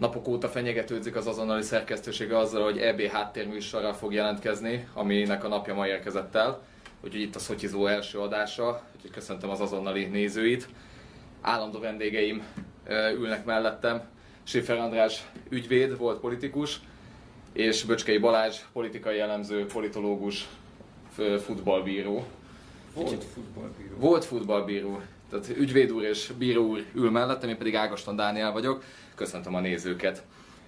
napok óta fenyegetődzik az azonnali szerkesztősége azzal, hogy EB háttérműsorral fog jelentkezni, aminek a napja ma érkezett el. Úgyhogy itt a Szotyizó első adása, úgyhogy köszöntöm az azonnali nézőit. Állandó vendégeim ülnek mellettem. Schiffer András ügyvéd, volt politikus, és Böcskei Balázs politikai elemző, politológus, futballbíró. Volt futballbíró. Tehát ügyvéd úr és bíró úr ül mellettem, én pedig Ágoston Dániel vagyok. Köszöntöm a nézőket.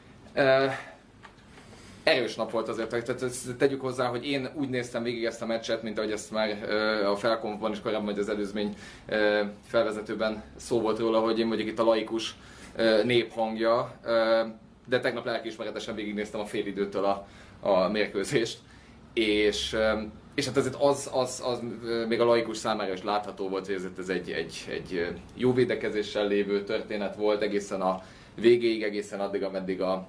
Erős nap volt azért, tehát tegyük hozzá, hogy én úgy néztem végig ezt a meccset, mint ahogy ezt már a Felkonfban is korábban, vagy az előzmény felvezetőben szó volt róla, hogy én vagyok itt a laikus néphangja, de tegnap lelkiismeretesen végignéztem a félidőtől a mérkőzést, és hát azért az még a laikus számára is látható volt, hogy ez egy jó védekezéssel lévő történet volt egészen a végéig, egészen addig, ameddig a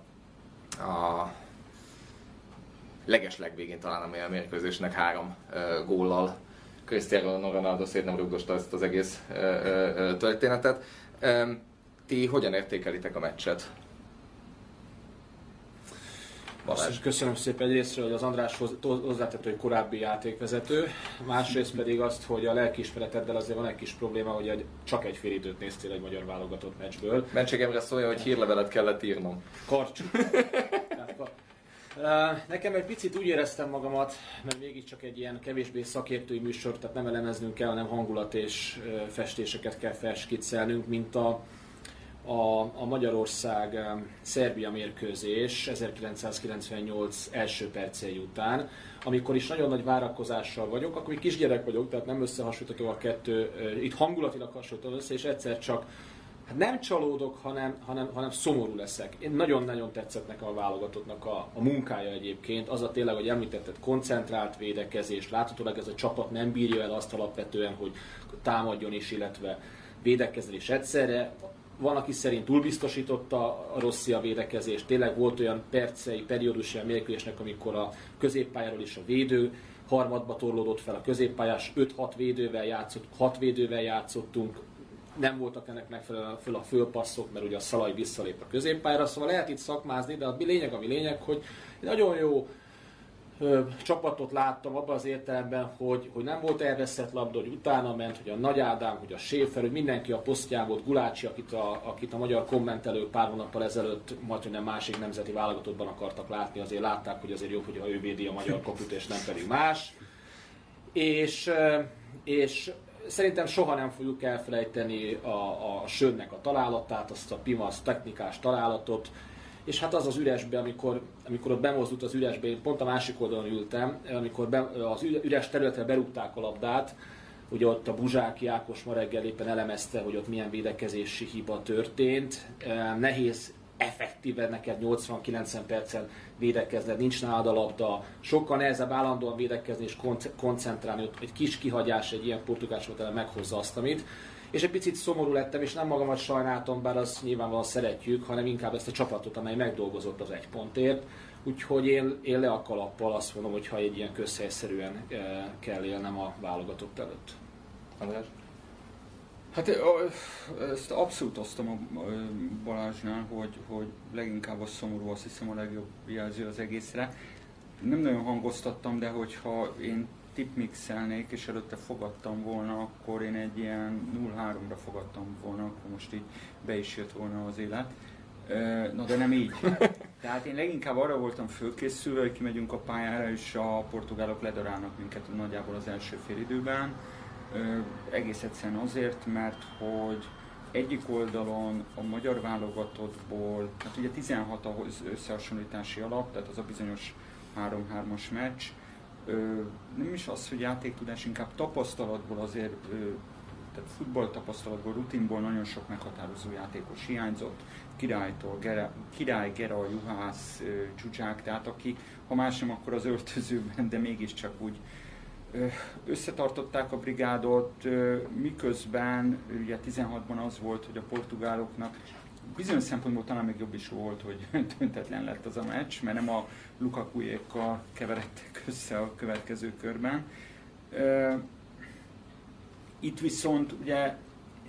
legeslegvégén talán a mérkőzésnek 3 góllal Cristiano Ronaldo szét nem rugdosta ezt az egész történetet. Ti hogyan értékelitek a meccset? Köszönöm szépen egyrésztről, hogy az András hozzátett, hogy korábbi játékvezető, másrészt pedig azt, hogy a lelkiismereteddel azért van egy kis probléma, hogy csak egy fél időt néztél egy magyar válogatott meccsből. Mentségemre szólja, hogy hírlevelet kellett írnom. Karcsú. Nekem egy picit úgy éreztem magamat, mert mégiscsak egy ilyen kevésbé szakértői műsor, tehát nem elemeznünk kell, hanem hangulat és festéseket kell felskiccelnünk, mint a Magyarország-Szerbia mérkőzés 1998 első percei után, amikor is nagyon nagy várakozással vagyok, akkor egy kisgyerek vagyok, tehát nem összehasonlítható a kettő, itt hangulatilag hasonlítom össze, és egyszer csak nem csalódok, hanem szomorú leszek. Én nagyon-nagyon tetszett nekem a válogatottnak a munkája egyébként. Az a tényleg, hogy említetted, koncentrált védekezés, láthatólag ez a csapat nem bírja el azt alapvetően, hogy támadjon is, illetve védekezzen is egyszerre. Van, aki szerint túlbiztosította a Rosszia védekezést. Tényleg volt olyan periódusai a mérkőzésnek, amikor a középpályáról is a védő harmadba torlódott fel a középpályás, 5-6 védővel játszott, 6 védővel játszottunk, nem voltak ennek megfelelően föl a fölpasszok, mert ugye a Szalai visszalép a középpályára, szóval lehet itt szakmázni, de a lényeg, hogy nagyon jó csapatot láttam abban az értelemben, hogy nem volt elveszett labda, hogy utána ment, hogy a Nagy Ádám, hogy a Schäfer, hogy mindenki a posztján volt, Gulácsi, akit a magyar kommentelők pár hónappal ezelőtt, majd hogy nem másik nemzeti válogatottban akartak látni, azért látták, hogy azért jobb, hogyha ő védi a magyar kaput, és nem pedig más. És szerintem soha nem fogjuk elfelejteni a Sönnek a találatát, azt a Pimasz technikás találatot, és hát az üresbe, amikor ott bemozdult az üresbe, én pont a másik oldalon ültem, amikor az üres területre berúgták a labdát, ugye ott a Buzsáki Ákos ma reggel éppen elemezte, hogy ott milyen védekezési hiba történt. Nehéz effektíven neked 80-90 percen védekezned, nincs nálad a labda, sokkal nehezebb állandóan védekezni és koncentrálni, ott egy kis kihagyás egy ilyen portugál csapat ellen meghozza azt, amit. És egy picit szomorú lettem, és nem magamat sajnáltam, bár azt nyilvánvalóan szeretjük, hanem inkább ezt a csapatot, amely megdolgozott az 1 pontért. Úgyhogy én le a kalappal azt mondom, hogy ha egy ilyen közhelyszerűen kell élnem a válogatott előtt. András? Hát ezt abszolút osztom a Balázsnál, hogy leginkább a szomorú, azt hiszem a legjobb jelző az egészre. Nem nagyon hangoztattam, de hogyha én tipmixelnék és előtte fogadtam volna, akkor én egy ilyen 0-3-ra fogadtam volna, akkor most így be is jött volna az élet. Na de nem így. Tehát én leginkább arra voltam fölkészülve, hogy kimegyünk a pályára, és a portugálok ledarálnak minket nagyjából az első félidőben. Egész egyszerűen azért, mert hogy egyik oldalon a magyar válogatottból, hát ugye 16 az összehasonlítási alap, tehát az a bizonyos 3-3-as meccs, nem is az, hogy játéktudás, inkább tapasztalatból azért, tehát futballtapasztalatból, rutinból nagyon sok meghatározó játékos hiányzott, Király, Gera, Juhász, Zsuzsák, tehát akik, ha más nem, akkor az öltözőben, de mégiscsak úgy összetartották a brigádot, miközben ugye 16-ban az volt, hogy a portugáloknak bizonyos szempontból talán még jobb is volt, hogy döntetlen lett az a meccs, mert nem a Lukakuékkal keveredtek össze a következő körben. Itt viszont ugye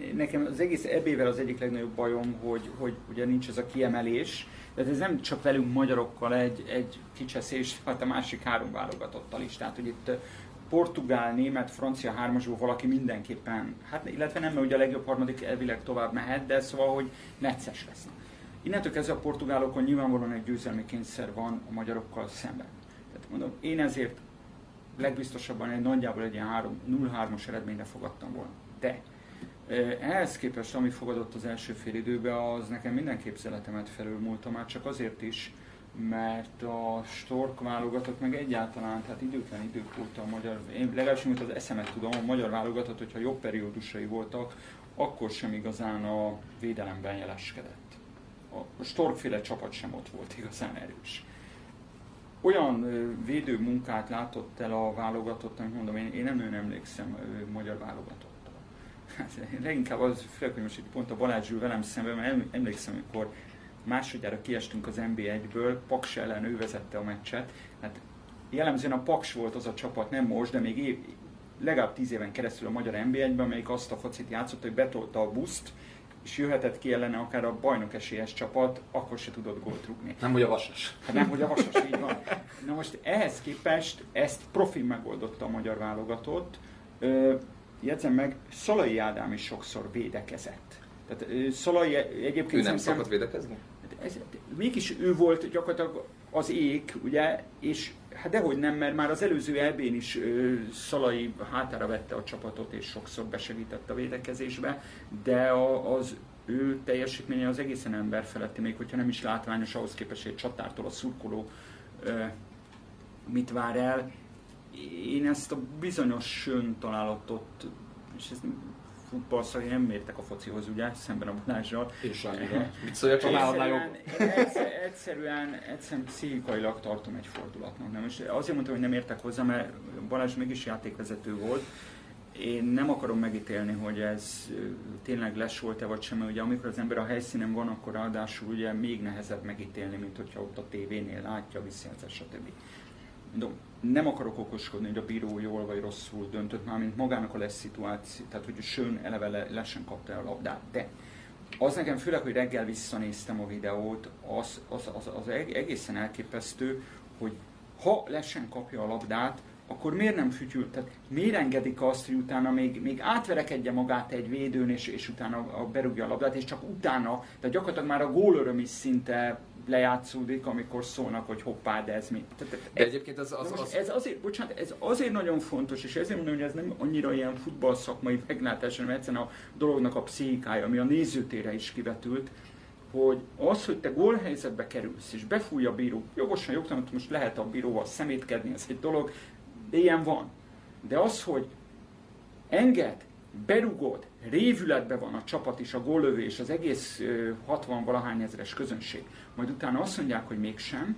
nekem az egész EB-vel az egyik legnagyobb bajom, hogy ugye nincs ez a kiemelés. Tehát ez nem csak velünk magyarokkal egy kicseszés, hát a másik 3 válogatottal is. Tehát, hogy itt portugál, német, francia 3-asból valaki mindenképpen, hát illetve nem, mert ugye a legjobb harmadik elvileg tovább mehet, de szóval, hogy necces lesz. Innentől kezdve a portugálokon nyilvánvalóan egy győzelmi kényszer van a magyarokkal szemben. Tehát mondom, én ezért legbiztosabban nagyjából egy ilyen 0-3-as eredményre fogadtam volna. De ehhez képest, ami fogadott az első fél időben, az nekem minden képzeletemet felülmúlta, már csak azért is, mert a Stork válogatott meg egyáltalán, tehát időtlen idők óta a magyar, én legalábbis mint az eszemet tudom, a magyar válogatott, hogyha jobb periódusai voltak, akkor sem igazán a védelemben jeleskedett. A Storkféle csapat sem ott volt igazán erős. Olyan védő munkát látott el a válogatott, amit mondom, én nem nagyon emlékszem magyar válogatottal. Leginkább az, főleg, hogy most itt pont a Balázs ül velem szemben, mert emlékszem, amikor másodjára kiestünk az NB1-ből, Paks ellen ő vezette a meccset. Hát jellemzően a Paks volt az a csapat, nem most, de még legalább 10 éven keresztül a magyar NB1-ben, amelyik azt a focit játszott, hogy betolta a buszt, és jöhetett ki ellene akár a bajnok esélyes csapat, akkor se tudott gólt rúgni. Nem, hogy a Vasas. Hát nem, hogy a Vasas, így van. Na most ehhez képest ezt profi megoldotta a magyar válogatott. Jegyzem meg, Szalai Ádám is sokszor védekezett. Tehát Szalai egyébként... Ő nem szokott védekezni? Mégis ő volt gyakorlatilag az ég, ugye, és hát dehogy nem, mert már az előző EB-n is Szalai hátára vette a csapatot, és sokszor besegített a védekezésbe, de az ő teljesítménye az egészen emberfeletti, még hogyha nem is látványos, ahhoz képest egy csatártól a szurkoló mit vár el. Én ezt a bizonyos sön találatot, és ez futballszak, nem mértek a focihoz, ugye, szemben a Balázsral. És annyira. Mit szólja, egyszerűen pszichikailag tartom egy fordulatnak. Nem? És azért mondtam, hogy nem értek hozzá, mert Balázs mégis játékvezető volt. Én nem akarom megítélni, hogy ez tényleg volt-e vagy sem, mert ugye amikor az ember a helyszínen van, akkor ráadásul ugye még nehezebb megítélni, mint hogyha ott a tévénél látja, visszajelzett, stb. Nem akarok okoskodni, hogy a bíró jól vagy rosszul döntött, mármint magának a lesz szituáció, tehát hogy Schön eleve lesen kapta a labdát, de az nekem főleg, hogy reggel visszanéztem a videót, az egészen elképesztő, hogy ha lesen kapja a labdát, akkor miért nem fütyül, tehát miért engedik azt, hogy utána még átverekedje magát egy védőn, és utána berúgja a labdát, és csak utána, tehát gyakorlatilag már a gólöröm is szinte lejátszódik, amikor szólnak, hogy hoppá, de ez mi. De egyébként ez azért nagyon fontos, és ezért mondom, hogy ez nem annyira ilyen futballszakmai meglátás, hanem egyszerűen a dolognak a pszichikája, ami a nézőtérre is kivetült, hogy az, hogy te gólhelyzetbe kerülsz, és befújja a bíró, jogosan, jogtalan, most lehet a bíróval szemétkedni, ez egy dolog, de ilyen van. De az, hogy enged, berugod, révületben van a csapat is, a góllövő és az egész 60-valahány ezeres közönség, majd utána azt mondják, hogy mégsem,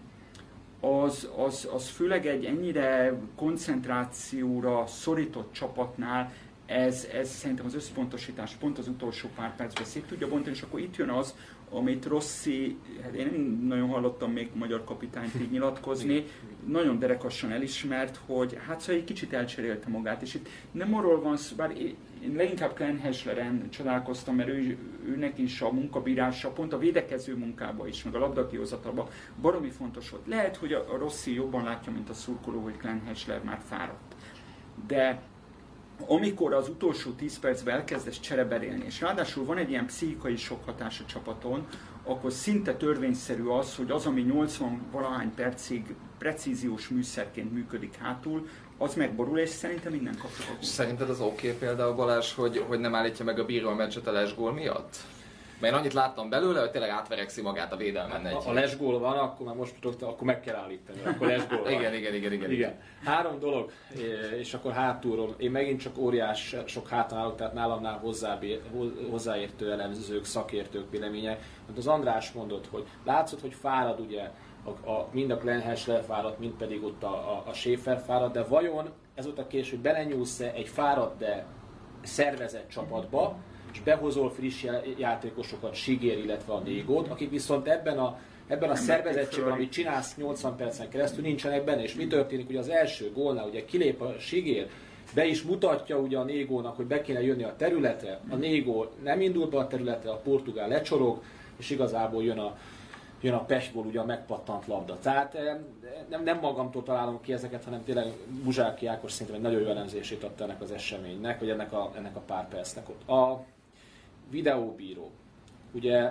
az főleg egy ennyire koncentrációra szorított csapatnál, ez szerintem az összpontosítás pont az utolsó pár percben szét tudja bontani, és akkor itt jön az, amit Rossi, hát én nem nagyon hallottam még magyar kapitányt így nyilatkozni, nagyon derekassan elismert, hogy hát szóval egy kicsit elcserélte magát, és itt nem arról van szó, bár én leginkább Glenn Hesleren csodálkoztam, mert őnek is a munkabírása, pont a védekező munkában is, meg a labdakihozatalban baromi fontos volt. Lehet, hogy a Rossi jobban látja, mint a szurkoló, hogy Glenn Hesler már fáradt. De amikor az utolsó 10 percben elkezdesz csereberélni, és ráadásul van egy ilyen pszichikai sokhatás a csapaton, akkor szinte törvényszerű az, hogy az, ami 80-valahány percig precíziós műszerként működik hátul, az megborul, és szerintem minden kapcsolat. Szerinted az oké például, Balázs, hogy nem állítja meg a bíró a meccset a lesgól miatt? Mert én annyit láttam belőle, hogy tényleg átverekszi magát a védelmen. A lesgól van, akkor már most akkor meg kell állítani, akkor lesgól van. Igen. 3 dolog, és akkor hátulról. Én megint csak óriás sok hátán állok, tehát nálamnál hozzáértő elemzők, szakértők véleménye. Mert az András mondott, hogy látszott, hogy fárad ugye, mind a Glenn Hesler fáradt, mind pedig ott a Schäfer fáradt, de vajon ezóta később belenyúlsz-e egy fáradt, de szervezett csapatba, és behozol friss játékosokat, Sigér, illetve a Négót, akik viszont ebben a szervezettségben, amit csinálsz 80 percen keresztül, nincsenek benne. És mi történik, hogy az első gólnál ugye kilép a Sigér, be is mutatja ugye a Négónak, hogy be kéne jönni a területre, a Négó nem indul be a területre, a portugál lecsorog, és igazából jön a pestból ugye a megpattant labda. Tehát nem magamtól találom ki ezeket, hanem tényleg Buzsáki Ákos szerintem egy nagyon jó elemzését adta ennek az eseménynek, vagy ennek a pár percnek ott. A videóbíró. Ugye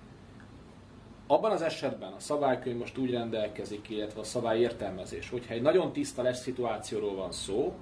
abban az esetben a szabálykönyv most úgy rendelkezik, illetve a szabály értelmezés, hogyha egy nagyon tiszta les szituációról van szó,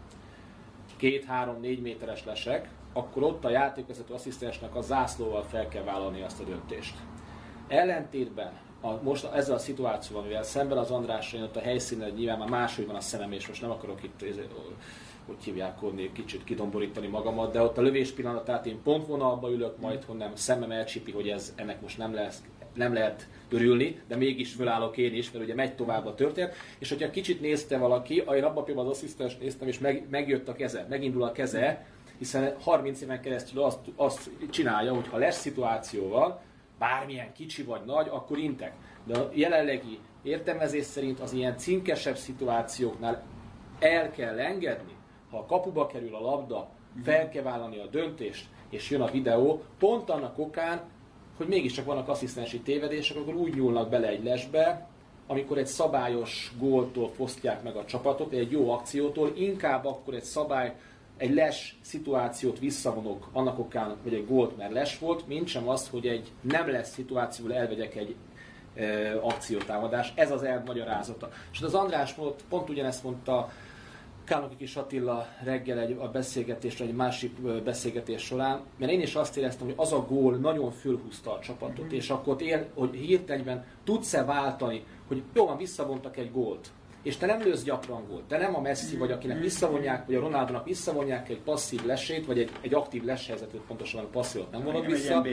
2-3-4 méteres lesek, akkor ott a játékvezető asszisztensnek a zászlóval fel kell vállalni azt a döntést. Ellentétben most ezzel a szituációval, mivel szemben az Andrásra jön ott a helyszínen, nyilván már máshogy van a szemem, és most nem akarok itt, hogy hívják, kicsit kidomborítani magamat, de ott a lövés pillanatát én pontvonalba ülök, majd honnan szemem elcsipi, hogy ennek most nem lehet örülni, de mégis fölállok én is, mert ugye megy tovább a történet, és hogyha kicsit nézte valaki, én abban a pillanatban az asszisztens néztem, és megjött a keze, megindul a keze, hiszen 30 éven keresztül azt csinálja, hogy ha lesz szituáció van, bármilyen kicsi vagy nagy, akkor intek. De a jelenlegi értelmezés szerint az ilyen cinkesebb szituációknál el kell engedni, ha a kapuba kerül a labda, fel kell vállalni a döntést, és jön a videó, pont annak okán, hogy mégiscsak vannak asszisztensi tévedések, akkor úgy nyúlnak bele egy lesbe, amikor egy szabályos góltól fosztják meg a csapatot, egy jó akciótól, inkább akkor egy les szituációt visszavonok annak okán, hogy egy gólt mert les volt, mint sem az, hogy egy nem lesz szituációval elvegyek egy akciótámadás. Ez az elmagyarázata. És az András pont ugyanezt mondta Kálnoki Kis Attila reggel egy másik beszélgetés során, mert én is azt éreztem, hogy az a gól nagyon fölhúzta a csapatot, és akkor hogy hirtelenben tudsz-e váltani, hogy jó van, visszavontak egy gólt, és te nem lősz gyakran gólt, te nem a Messi vagy, akinek visszavonják, vagy a Ronaldónak visszavonják egy passzív lesét, vagy egy aktív leshelyzetet, pontosan a passzívot nem vonod vissza,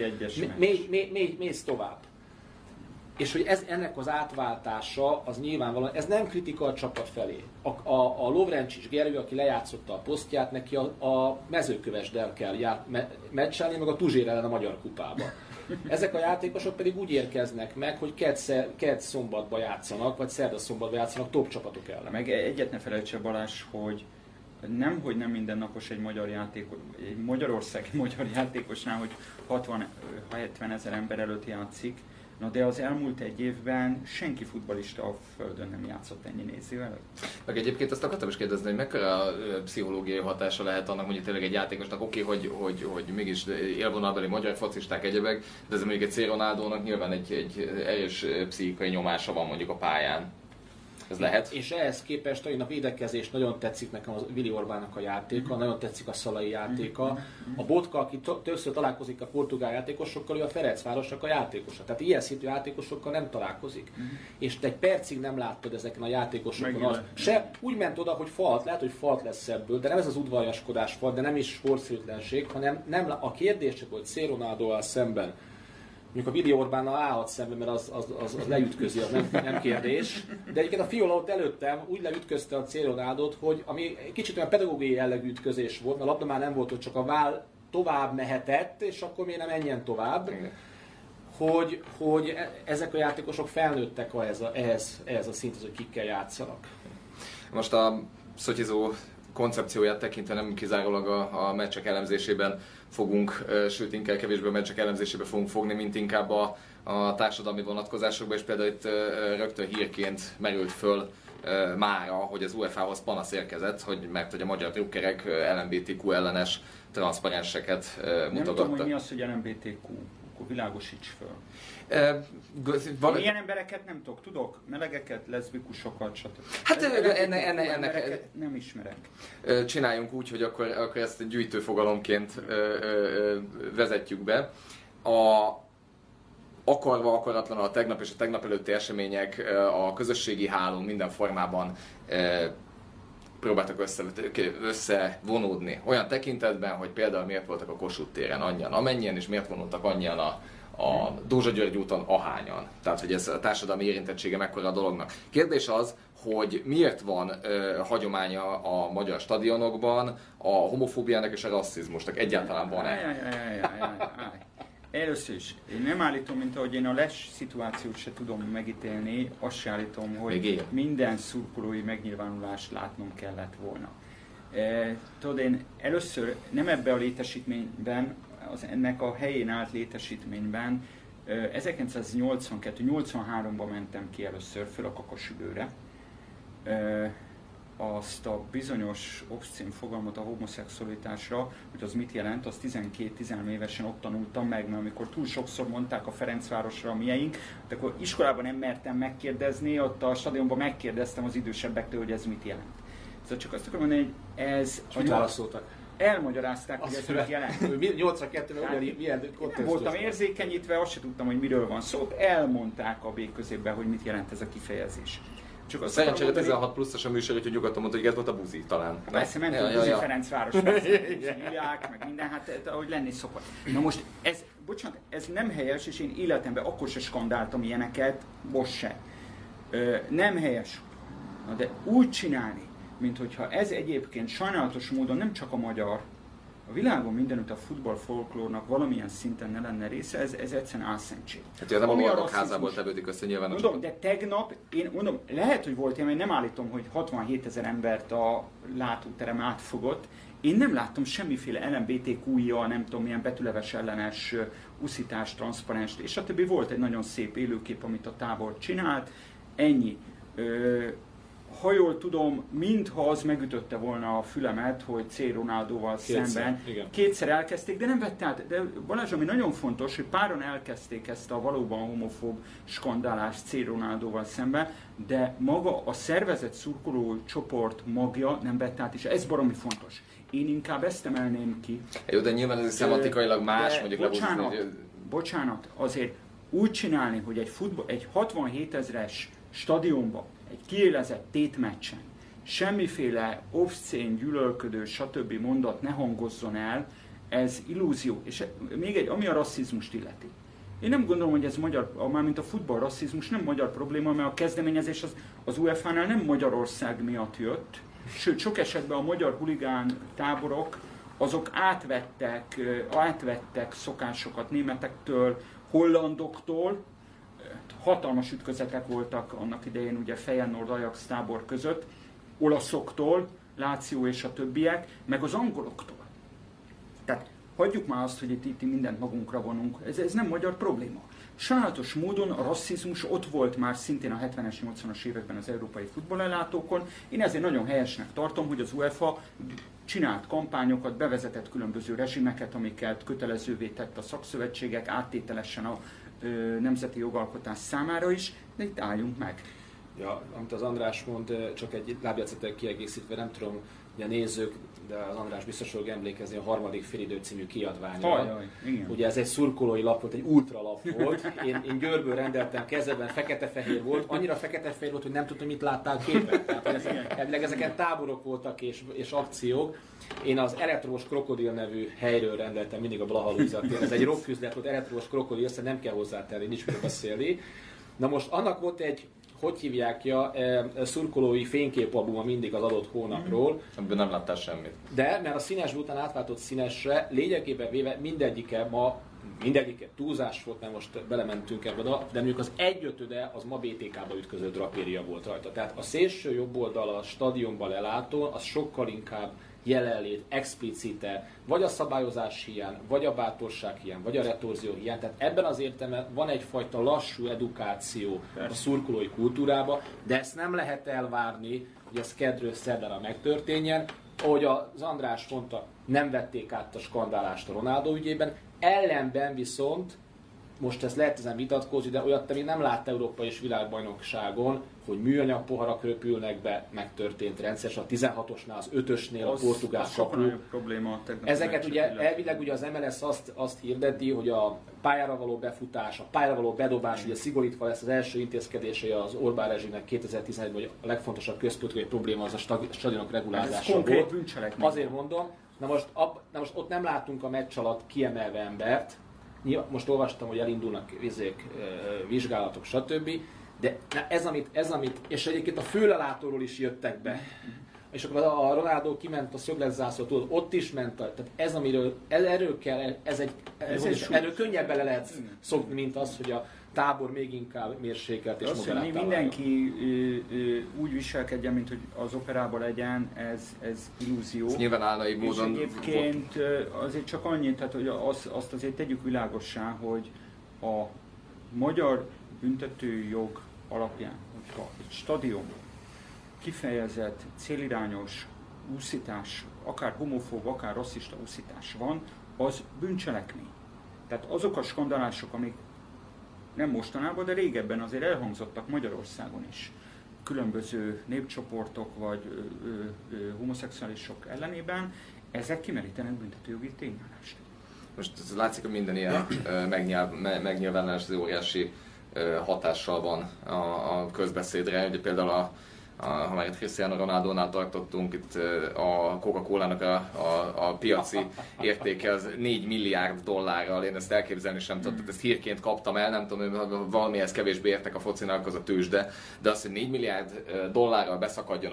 mész tovább. És hogy ennek az átváltása, az nyilvánvalóan, ez nem kritika a csapat felé. A Lovrencsics Gergő, aki lejátszotta a posztját, neki a Mezőkövesddel kell meccselni, meg a Tuzsér ellen a Magyar Kupába. Ezek a játékosok pedig úgy érkeznek meg, hogy kedd szombatba játszanak, vagy szerda szombatba játszanak top csapatok ellen. Meg egyet ne felejtse Balázs, hogy nem mindennapos egy magyarországi magyar játékosnál, hogy 60-70 ezer ember előtt játszik. Na de az elmúlt egy évben senki futballista a Földön nem játszott ennyi nézővel. Meg egyébként azt akartam is kérdezni, hogy mekkora pszichológiai hatása lehet annak, mondjuk tényleg egy játékosnak, hogy mégis élvonalbeli magyar focisták egyebek, de ez mondjuk egy C. Ronaldónak nyilván egy erős pszichikai nyomása van mondjuk a pályán. Ez lehet. És ehhez képest a védekezés nagyon tetszik nekem a Willy Orbánnak a játéka, nagyon tetszik a Szalai játéka. A Botka, aki többször találkozik a portugál játékosokkal, ő a Ferencvárosnak a játékosa. Tehát ilyen szintű játékosokkal nem találkozik. És te egy percig nem láttad ezeken a játékosokon úgy ment oda, hogy falt, lehet, hogy falt lesz ebből, de nem ez az udvariaskodás falt, de nem is sportszerűtlenség, hanem a kérdés csak, hogy C. Ronaldóval szemben, mondjuk a Willy Orbánnal állhat szemben, mert az leütközi, az nem kérdés. De egyébként a Fiola ott előttem úgy leütközte a C. Ronaldot, hogy ami kicsit olyan pedagógiai jellegű ütközés volt, mert a labda már nem volt, hogy csak a váll tovább mehetett, és akkor miért nem menjen tovább. Hogy ezek a játékosok felnőttek ehhez a szinthez, hogy kikkel játszanak. Most a szotyizó koncepcióját tekintve nem kizárólag a meccsek elemzésében fogunk, sőt inkább kevésbé a meccsek elemzésében fogunk fogni, mint inkább a társadalmi vonatkozásokban, és például itt rögtön hírként merült föl mára, hogy az UEFA-hoz panasz érkezett, mert hogy a magyar drukkerek LMBTQ ellenes transzparenseket mutogattak. Nem tudom, hogy mi az, hogy LMBTQ, akkor világosíts föl. Ilyen embereket nem tudok, melegeket, leszbikusokat, stb. Hát ennek nem ismerek. Csináljunk úgy, hogy akkor ezt gyűjtőfogalomként vezetjük be. Akarva, akaratlanul a tegnap és a tegnap előtti események a közösségi hálón minden formában próbáltak összevonódni. Olyan tekintetben, hogy például miért voltak a Kossuth téren annyian amennyien, és miért vonultak annyian a Dózsa György úton ahányan. Tehát, hogy ez a társadalmi érintettsége mekkora a dolognak. Kérdés az, hogy miért van hagyománya a magyar stadionokban a homofóbiának és a rasszizmusnak. Egyáltalán van-e? Először is, én nem állítom, mint ahogy én a les szituációt se tudom megítélni, azt se állítom, hogy minden szurkolói megnyilvánulást látnom kellett volna. Tudod, én először nem ebbe a létesítményben, ennek a helyén állt létesítményben 1982-83-ban mentem ki először föl a Kakasüdőre. Azt a bizonyos obszcén fogalmat a homoszexualitásra, hogy az mit jelent, azt 12-13 évesen ott tanultam meg, mert amikor túl sokszor mondták a Ferencvárosra a mieink, de akkor iskolában nem mertem megkérdezni, ott a stadionban megkérdeztem az idősebbektől, hogy ez mit jelent. Szóval csak azt akarom mondani, hogy ez... Mit válaszoltak? Elmagyarázták, hogy ez mit jelent. 82-ben milyen kontextus? Voltam érzékenyítve, azt se tudtam, hogy miről van szó, elmondták a B-középben, hogy mit jelent ez a kifejezés. Csak szerencsére 16 pluszos a műsor, úgyhogy nyugodtan mondta, hogy ez volt a buzi talán. Persze, ment a buzi Ferencváros, hívják, meg minden, hát ahogy lenni szokott. Na most, bocsánat, ez nem helyes, és én életemben akkor se skandáltam ilyeneket, most se. Nem helyes. Na de úgy csinálni, mint hogyha ez egyébként sajnálatos módon nem csak a magyar, a világon mindenütt a futballfolklórnak valamilyen szinten ne lenne része, ez egyszerűen álszentség. Hát ugye nem a Lordok házából tevődik össze nyilván. Mondom, de tegnap, én mondom, lehet, hogy volt ilyen, mert nem állítom, hogy 67 000 embert a látóterem átfogott. Én nem láttam semmiféle LMBTQ-ja, nem tudom, milyen betűleves ellenes uszítás, transzparens, és a többi. Volt egy nagyon szép élőkép, amit a tábor csinált. Ennyi. Ha jól tudom, mintha az megütötte volna a fülemet, hogy C. Ronaldóval szemben. Igen. Kétszer elkezdték, de nem vette át. De Balázs, ami nagyon fontos, hogy páron elkezdték ezt a valóban homofób skandálást C. Ronaldóval szemben, de maga a szervezett szurkoló csoport magja nem vette át, és ez baromi fontos. Én inkább ezt emelném ki. Jó, de nyilván ez szemantikailag más, mondjuk bocsánat, azért úgy csinálni, hogy egy 67 000-es stadionban, egy kiélezett tétmeccsen semmiféle obszcén, gyűlölködő, stb. Mondat ne hangozzon el, ez illúzió. És még egy, ami a rasszizmust illeti. Én nem gondolom, hogy ez magyar, mármint a futball rasszizmus nem magyar probléma, mert a kezdeményezés az UEFA-nál nem Magyarország miatt jött, sőt, sok esetben a magyar huligán táborok, azok átvettek szokásokat németektől, hollandoktól. Hatalmas ütközetek voltak annak idején ugye Feyenoord Ajax tábor között, olaszoktól, Láció és a többiek, meg az angoloktól. Tehát hagyjuk már azt, hogy itt mindent magunkra vonunk, ez nem magyar probléma. Sajnálatos módon a rasszizmus ott volt már szintén a 70-es, 80-as években az európai futballellátókon. Én ezért nagyon helyesnek tartom, hogy az UEFA csinált kampányokat, bevezetett különböző rezsimeket, amiket kötelezővé tett a szakszövetségek, áttételesen a nemzeti jogalkotás számára is, de itt álljunk meg. Ja, amit az András mond, csak egy lábjegyzetet kiegészítve, nem tudom, hogy a nézők, de az András biztos fog emlékezni a harmadik félidő című kiadványra. Ugye ez egy szurkolói lap volt, egy ultra lap volt. Én Győrből rendeltem, kezemben fekete-fehér volt, annyira fekete-fehér volt, hogy nem tudtam, mit láttál képen. Tehát ezeket táborok voltak és akciók. Én az Eretrós Krokodil nevű helyről rendeltem mindig a Blaha Lujza téren. Ez egy rocküzlet volt, Eretrós Krokodil, aztán nem kell hozzátenni, nincs miről beszélni. Na most annak volt egy, hogy hívják szurkolói fényképalbuma mindig az adott hónapról. Ebből nem láttál semmit. De, mert a színesből után átváltott színesre, lényegében véve mindegyike túlzás volt, mert most belementünk ebbe, de mondjuk az 1/5 az ma BTK-ba ütköző drapéria volt rajta. Tehát a szélső jobb oldal a stadionban lelátó, az sokkal inkább jelenlét, explicite, vagy a szabályozás hiány, vagy a bátorság hiány, vagy a retorzió hiány. Tehát ebben az értelemben van egyfajta lassú edukáció a szurkolói kultúrába, de ezt nem lehet elvárni, hogy ez kedről szerdán megtörténjen. Ahogy az András mondta, nem vették át a skandálást a Ronaldo ügyében, ellenben viszont, most ezt lehet ezen vitatkozni, de olyat te még nem látta Európai és Világbajnokságon, hogy műanyag poharak röpülnek be, megtörtént rendszeresen, a 16-osnál, az 5-ösnél a portugál kapu. Probléma. Ezeket ugye elvileg ugye az MLS azt hirdeti, hogy a pályára való befutás, a pályára való bedobás, ugye szigorítva lesz az első intézkedése az Orbán rezsimnek 2011-ben, hogy a legfontosabb központi probléma az a stadionok regulázása volt. Azért mondom, na most ott nem látunk a meccs alatt kiemelve embert. Most olvastam, hogy elindulnak vizsgálatok, stb. De ez amit, és egyébként a főlelátóról is jöttek be. És akkor a Ronaldo kiment a szögletzászlótól, ott is ment, tehát erről könnyebben le lehet szokni, mint az, hogy a tábor még inkább mérsékelt és moderált. Azt, hogy mindenki úgy viselkedjen, mint hogy az operában legyen, ez illúzió. Ez nyilván állai módon. És egyébként azért csak annyit, tehát, hogy azt azért tegyük világossá, hogy a magyar büntetőjog alapján, hogyha egy stadion kifejezett célirányos úszítás, akár homofób, akár rasszista úszítás van, az bűncselekmény. Tehát azok a skandalások, amik nem mostanában, de régebben azért elhangzottak Magyarországon is, különböző népcsoportok vagy homoszexuálisok ellenében, ezek kimerítenek büntetőjogi tényállást. Most látszik, hogy minden ilyen megnyilvánulás az óriási hatással van a közbeszédre. Ugye például ha már itt Cristiano Ronaldónál tartottunk, itt a Coca-Cola-nak a piaci értéke az 4 milliárd dollárral, én ezt elképzelni sem tudtam, ezt hírként kaptam el, nem tudom, valamihez kevésbé értek a focinak az a tőzsde, de az, hogy 4 milliárd dollárral beszakadjon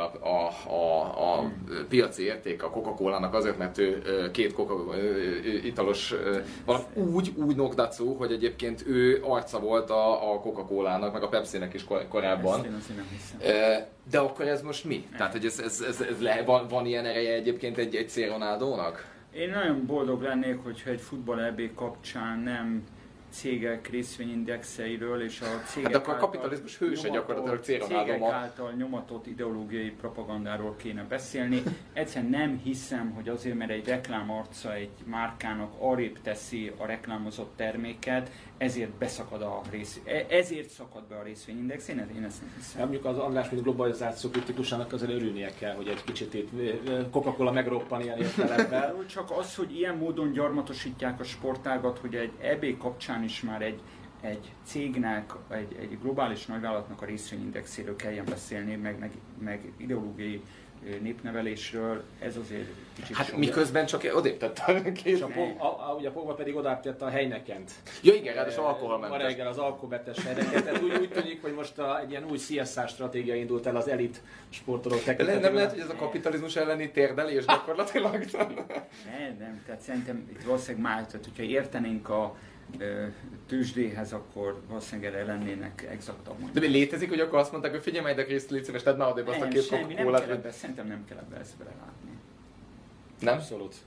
a piaci érték a Coca-Cola-nak azért, mert ő két italos, úgy Nokdatsu, hogy egyébként ő arca volt a Coca-Cola-nak, meg a Pepsi-nek is korábban. Ezt én nem hiszem. De akkor ez most mi? Tehát, hogy van ilyen ereje egyébként egy C. Ronaldónak? Én nagyon boldog lennék, hogyha egy futball EB kapcsán nem cégek részvényindexeiről és a cégek hát akkor a kapitalizmus hőse gyakorlatilag C. Cégek által nyomatott ideológiai propagandáról kéne beszélni. Egyszerűen nem hiszem, hogy azért, mert egy reklámarca egy márkának arrébb teszi a reklámozott terméket, ezért beszakad ezért szakad be a részvényindex. Én ezt nem hiszem. Mondjuk az András, mint globalizáció kritikusának azért örülnie kell, hogy egy kicsit itt Coca-Cola megroppan ilyen értelemben. Csak az, hogy ilyen módon gyarmatosítják a sportágat, hogy egy EB kapcsán is már egy cégnek, egy globális nagyvállalatnak a részvényindexéről kelljen beszélni, meg ideológiai népnevelésről, ez azért kicsit hát miközben csak odébb tette a és ugye a Pogba pedig odább tette a Heinekent. Ja igen, ráadásul alkoholmentes. Ma reggel az alkoholmentes Heinekent. Tehát úgy tűnik, hogy most egy ilyen új CSR stratégia indult el az elit sportolók tekintetében. Nem lehet, hogy ez a kapitalizmus elleni térdelés gyakorlatilag? Nem, tehát szerintem itt valószínűleg már, tehát hogyha értenénk a tőzsdéhez, akkor valószínűleg erre lennének exaktabb mondani. De mi létezik, hogy akkor azt mondták, hogy figyelj majd, de Kriszt, légy szíves, tedd már odébb azt a két Coca-Colát. Szerintem nem kell ebbe ezt belelátni. Nem? Abszolút.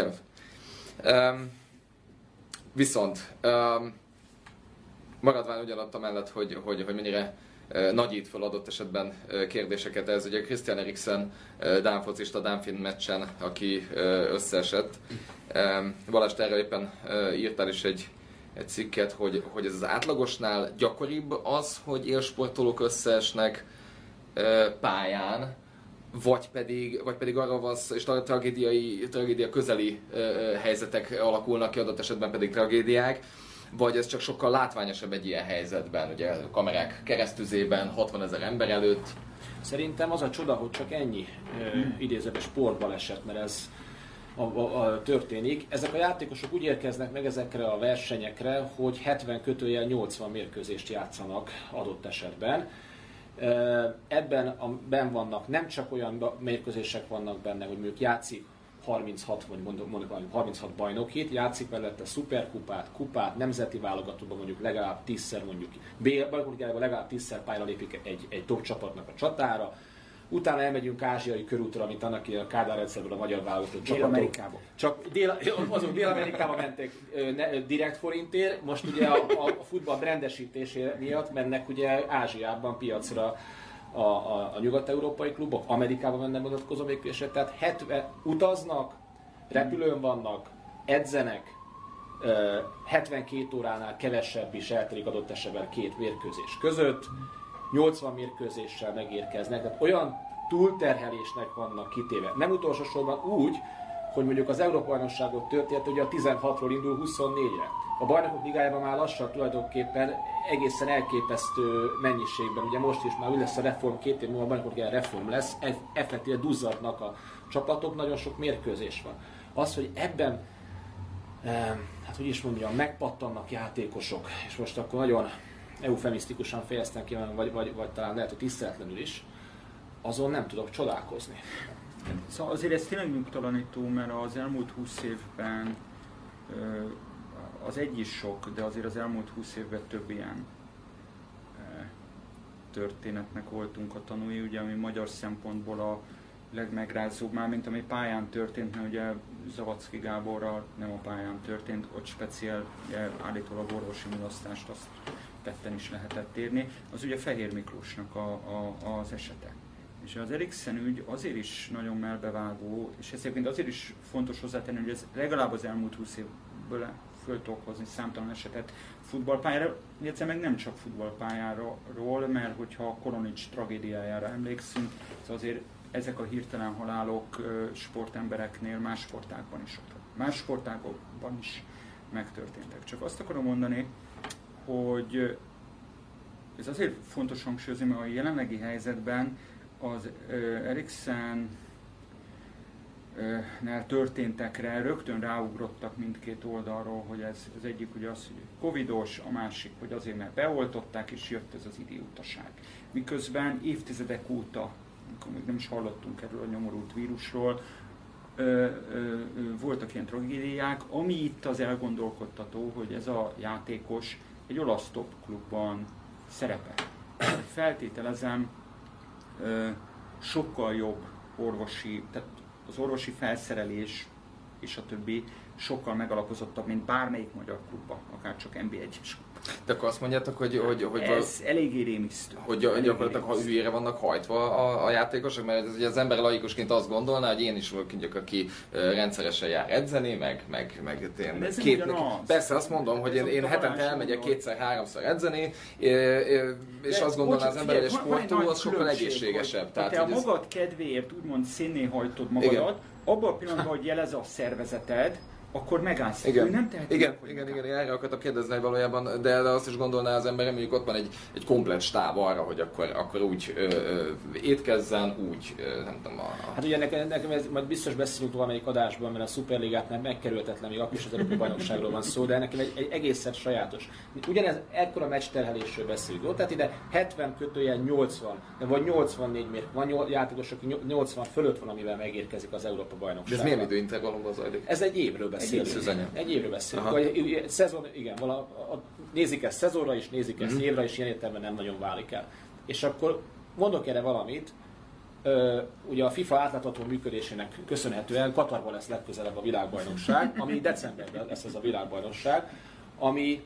Viszont maradván ugyanott mellett, hogy mennyire nagyít fel adott esetben kérdéseket ez. Ugye Christian Eriksen dán focista Dánfinn meccsen, aki összeesett. Balázs, te erről éppen írtál is egy cikket, hogy ez az átlagosnál gyakoribb az, hogy élsportolók összeesnek pályán, vagy pedig arra van, és tragédia közeli helyzetek alakulnak ki, adott esetben pedig tragédiák, vagy ez csak sokkal látványosabb egy ilyen helyzetben, ugye a kamerák keresztüzében, 60 000 ember előtt. Szerintem az a csoda, hogy csak ennyi idézőben sportbaleset, mert ez történik. Ezek a játékosok úgy érkeznek meg ezekre a versenyekre, hogy 70-80 mérkőzést játszanak adott esetben. Ebben vannak, nem csak olyan mérkőzések vannak benne, hogy mondjuk játszik 36 vagy mondjuk 36 bajnokit, játszik mellette szuperkupát, kupát, nemzeti válogatottban mondjuk legalább 10-szer mondjuk bajnokligában legalább 10-szer pályára lépik egy top csapatnak a csatára. Utána elmegyünk ázsiai körútra, amit annak a Kádár rendszerből a magyar válogatott Dél-Amerikába. Azok Dél-Amerikába mentek direkt forintért, most ugye a futball brandesítése miatt mennek ugye Ázsiában piacra a nyugat-európai klubok, Amerikában mennek vonatkozó mérkőzések, tehát 70 utaznak, repülőn vannak, edzenek, 72 óránál kevesebb is eltelik adott esetben két mérkőzés között, 80 mérkőzéssel megérkeznek, tehát olyan túlterhelésnek vannak kitéve. Nem utolsó sorban úgy, hogy mondjuk az Európa-bajnokságot történt, ugye a 16-ról indul 24-re. A Bajnokok Ligájában már lassan tulajdonképpen egészen elképesztő mennyiségben, ugye most is már úgy lesz a reform, 2 év múlva a Bajnokok Ligája reform lesz, effektíve duzzadnak a csapatok, nagyon sok mérkőzés van. Az, hogy ebben, hát úgy is mondjam, megpattannak játékosok, és most akkor nagyon eufemisztikusan fejeztem ki, vagy talán lehet, hogy tiszteletlenül is, azon nem tudok csodálkozni. Szóval azért ez tényleg nyugtalanító, mert az elmúlt 20 évben az egy is sok, de azért az elmúlt 20 évben több ilyen történetnek voltunk a tanúi, ugye, ami magyar szempontból a legmegrázóbb, már mint ami pályán történt, mert ugye Zavadzki Gáborral nem a pályán történt, ott speciál állítólag orvosi mulasztást azt tetten is lehetett érni, az ugye Fehér Miklósnak az esete. És az Eriksen ügy azért is nagyon melbevágó, és ezért azért is fontos hozzátenni, hogy ez legalább az elmúlt 20 évből föl tudok hozni számtalan esetet futballpályára, illetve meg nem csak futballpályáról, mert hogyha a Koronics tragédiájára emlékszünk, azért ezek a hirtelen halálok sportembereknél más sportágokban is megtörténtek. Csak azt akarom mondani, hogy ez azért fontos hangsúlyozni, mert a jelenlegi helyzetben az Eriksen történtekre rögtön ráugrottak mindkét oldalról, hogy ez egyik ugye az, hogy covidos, a másik, hogy azért mert beoltották és jött ez az idiótaság. Miközben évtizedek óta, amikor még nem is hallottunk erről a nyomorult vírusról, voltak ilyen tragédiák, ami itt az elgondolkodtató, hogy ez a játékos egy olasz top klubban szerepel. Feltételezem, sokkal jobb orvosi, tehát az orvosi felszerelés és a többi sokkal megalapozottabb, mint bármelyik magyar klubban, akár csak NB1-es. De akkor azt mondjátok, hogy ez eléggé rémisztő. Hogy gyakorlatilag ha hülyére vannak hajtva a játékosok, mert ez, az ember laikusként azt gondolná, hogy én is vagyok, aki rendszeresen jár edzeni, meg persze azt mondom, hogy én hetente elmegyek kétszer-háromszor edzeni, és azt gondolná az ember, hogy a sportoló az sokkal egészségesebb. Tehát, te a magad kedvéért úgymond szénné hajtod magadat, abban a pillanatban, hogy jelez a szervezeted, akkor megállsz. Igen. Nem teheti Igen, erre akartam kérdezni, hogy valójában, de azt is gondolná az ember, mondjuk ott van egy komplett stáb arra, hogy akkor úgy étkezzen, úgy nem tudom. Hát ugye nekem ez, majd biztos beszélünk valamelyik adásban, mert a Szuperligát már megkerülhetetlen, még akkor is az Európai Bajnokságról van szó, de nekem egy egészen sajátos. Ugyanez ekkora meccsterhelésről beszélünk, jó? Tehát ide 70/80, vagy 84 mérk, van játékos, aki 80 fölött van, amivel megérkezik az Európa Bajnokságra. De ez milyen időintervallumban zajlik? Ez egy évről beszélünk. Egy évről beszélünk. Vagy szezon, igen, nézik ezt szezonra is, nézik ezt évre, és ilyen értelemben nem nagyon válik el. És akkor mondok erre valamit, ugye a FIFA átlátható működésének köszönhetően Katarban lesz legközelebb a világbajnokság, ami decemberben lesz ez a világbajnokság, ami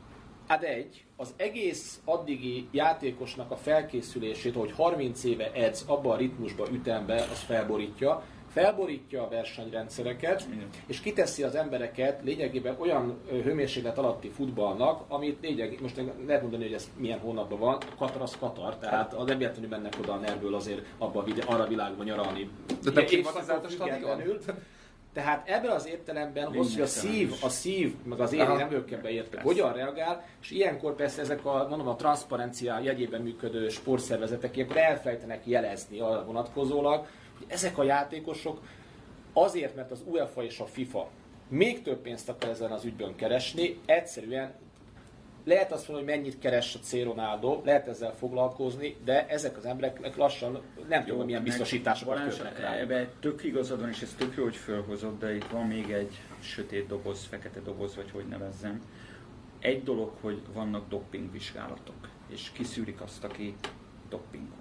az egész addigi játékosnak a felkészülését, hogy 30 éve edz abba a ritmusba, ütembe, az felborítja a versenyrendszereket, és kiteszi az embereket lényegében olyan hőmérséklet alatti futballnak, amit most lehet mondani, hogy ez milyen hónapban van, Katar az Katar, tehát az nem véletlenül mennek oda a NER-ből azért arra a világban nyaralni. De te privatizált a stadion? Tehát ebben az értelemben hogy a szív, meg az éri nem ők beértek, hogyan reagál, és ilyenkor persze ezek a transzparencia jegyében működő sportszervezetek ilyenkor elfelejtenek jelezni arra vonatkozólag, hogy ezek a játékosok azért, mert az UEFA és a FIFA még több pénzt akar ezen az ügyben keresni, egyszerűen lehet azt mondani, hogy mennyit keres a C. Ronaldo, lehet ezzel foglalkozni, de ezek az emberek lassan nem tudom, milyen biztosításokat kötnek rá. Ebben tök igazad van, és ez tök jó, hogy fölhozod, de itt van még egy sötét doboz, fekete doboz, vagy hogy nevezzem. Egy dolog, hogy vannak doppingvizsgálatok, és kiszűrik azt, aki doppingol.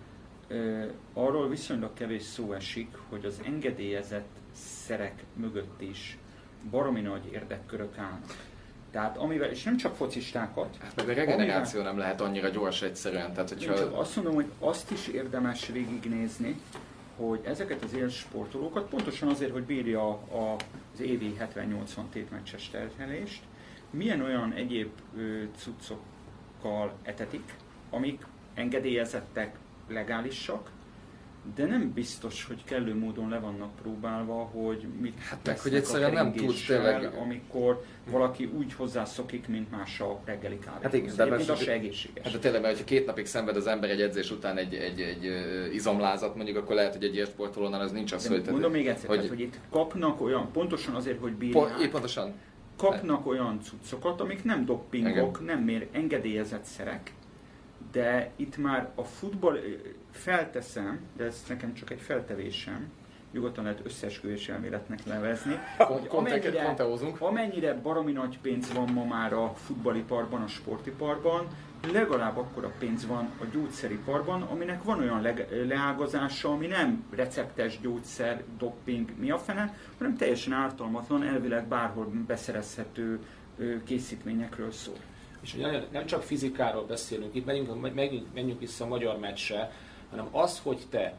Arról viszonylag kevés szó esik, hogy az engedélyezett szerek mögött is baromi nagy érdekkörök állnak. Tehát amivel, és nem csak focistákat. Hát meg a regeneráció nem lehet annyira gyors egyszerűen. Tehát, hogyha... Csak azt mondom, hogy azt is érdemes végignézni, hogy ezeket az élsportolókat pontosan azért, hogy bírja az évi 70-80 tétmeccses terhelést, milyen olyan egyéb cuccokkal etetik, amik engedélyezettek, legálisak, de nem biztos, hogy kellő módon le vannak próbálva, hogy mit meg, hogy egyszerűen nem tudsz tényleg, amikor valaki úgy hozzászokik, mint más a reggeli kávéhoz. Hát igen, de az se egészséges. Hát de tényleg, mert ha 2 napig szenved az ember egy edzés után egy izomlázat, mondjuk, akkor lehet, hogy egy ilyen sportolónál az nincs az, hogy... Mondom még egyszer, hogy itt kapnak olyan, pontosan azért, hogy bírják, pontosan. Kapnak olyan cuccokat, amik nem doppingok, nem engedélyezett szerek, de itt már a futball, felteszem, de ez nekem csak egy feltevésem, nyugodtan lehet összeesküvés elméletnek nevezni. Amennyire baromi nagy pénz van ma már a futballiparban, a sportiparban, legalább akkora pénz van a gyógyszeriparban, aminek van olyan leágazása, ami nem receptes gyógyszer, dopping, mi a fene, hanem teljesen ártalmatlan, elvileg bárhol beszerezhető készítményekről szól. És nem csak fizikáról beszélünk, itt menjünk vissza a magyar meccsre, hanem az, hogy te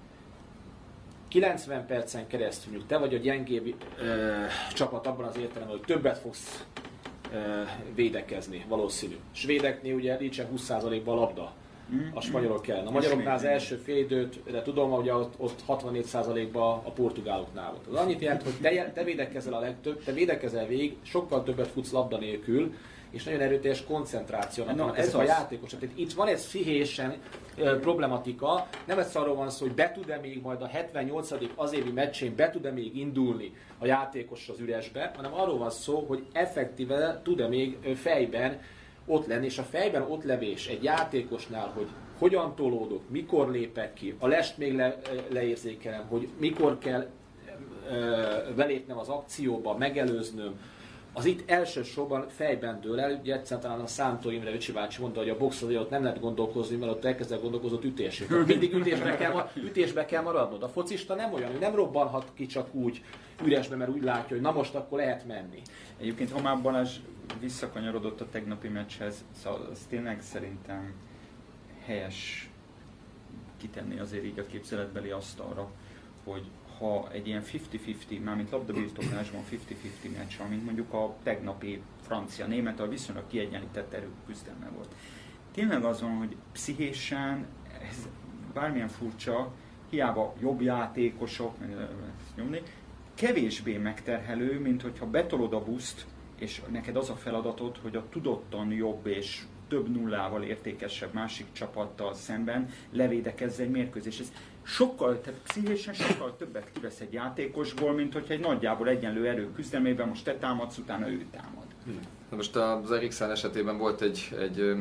90 percen keresztül, mondjuk te vagy a gyengébb csapat abban az értelemben, hogy többet fogsz védekezni, valószínű. Svédeknél ugye nincsen 20%-ban labda, a spanyolok ellen. A magyaroknál az első fél időt, de tudom, hogy ott 64%-ban a portugáloknál volt. Az annyit jelent, hogy te védekezel a legtöbb, te védekezel végig, sokkal többet futsz labda nélkül, és nagyon erőteljes koncentrációnak vannak ezek a játékosok. Tehát itt van egy pszichésen problematika, nem ez arról van szó, hogy be tud-e még majd a 78. azévi meccsén be tud-e még indulni a játékos az üresbe, hanem arról van szó, hogy effektíve tud-e még fejben ott lenni, és a fejben ott levés egy játékosnál, hogy hogyan tolódok, mikor lépek ki, a lest még leérzékelem, hogy mikor kell belépnem az akcióba, megelőznöm, az itt elsősorban fejben dől el, ugye egyszer talán a Szántó Imre Öcsi bácsi mondta, hogy a boxon ott nem lehet gondolkozni, mert ott elkezdek gondolkozni ütésre. Mindig ütésbe kell maradnod. A focista nem olyan, ő nem robbanhat ki csak úgy üresbe, mert úgy látja, hogy na most akkor lehet menni. Egyébként, ha már Balázs visszakanyarodott a tegnapi meccshez, szóval az tényleg szerintem helyes kitenni azért így a képzeletbeli asztalra, hogy ha egy ilyen 50-50, mármint labdabirtoklásban 50-50 meccs van, mint mondjuk a tegnapi francia-német, a viszonylag kiegyenlített erőküzdelme volt. Tényleg az van, hogy pszichésen, ez bármilyen furcsa, hiába jobb játékosok, nyomni, kevésbé megterhelő, mint hogyha betolod a buszt, és neked az a feladatod, hogy a tudottan jobb és több nullával értékesebb másik csapattal szemben levédekezz egy mérkőzés. Ez sokkal, tehát pszichésen sokkal többet kivesz egy játékosból, mint hogyha egy nagyjából egyenlő erő küzdelmében most te támadsz, utána ő támad. Most az Eriksen esetében volt egy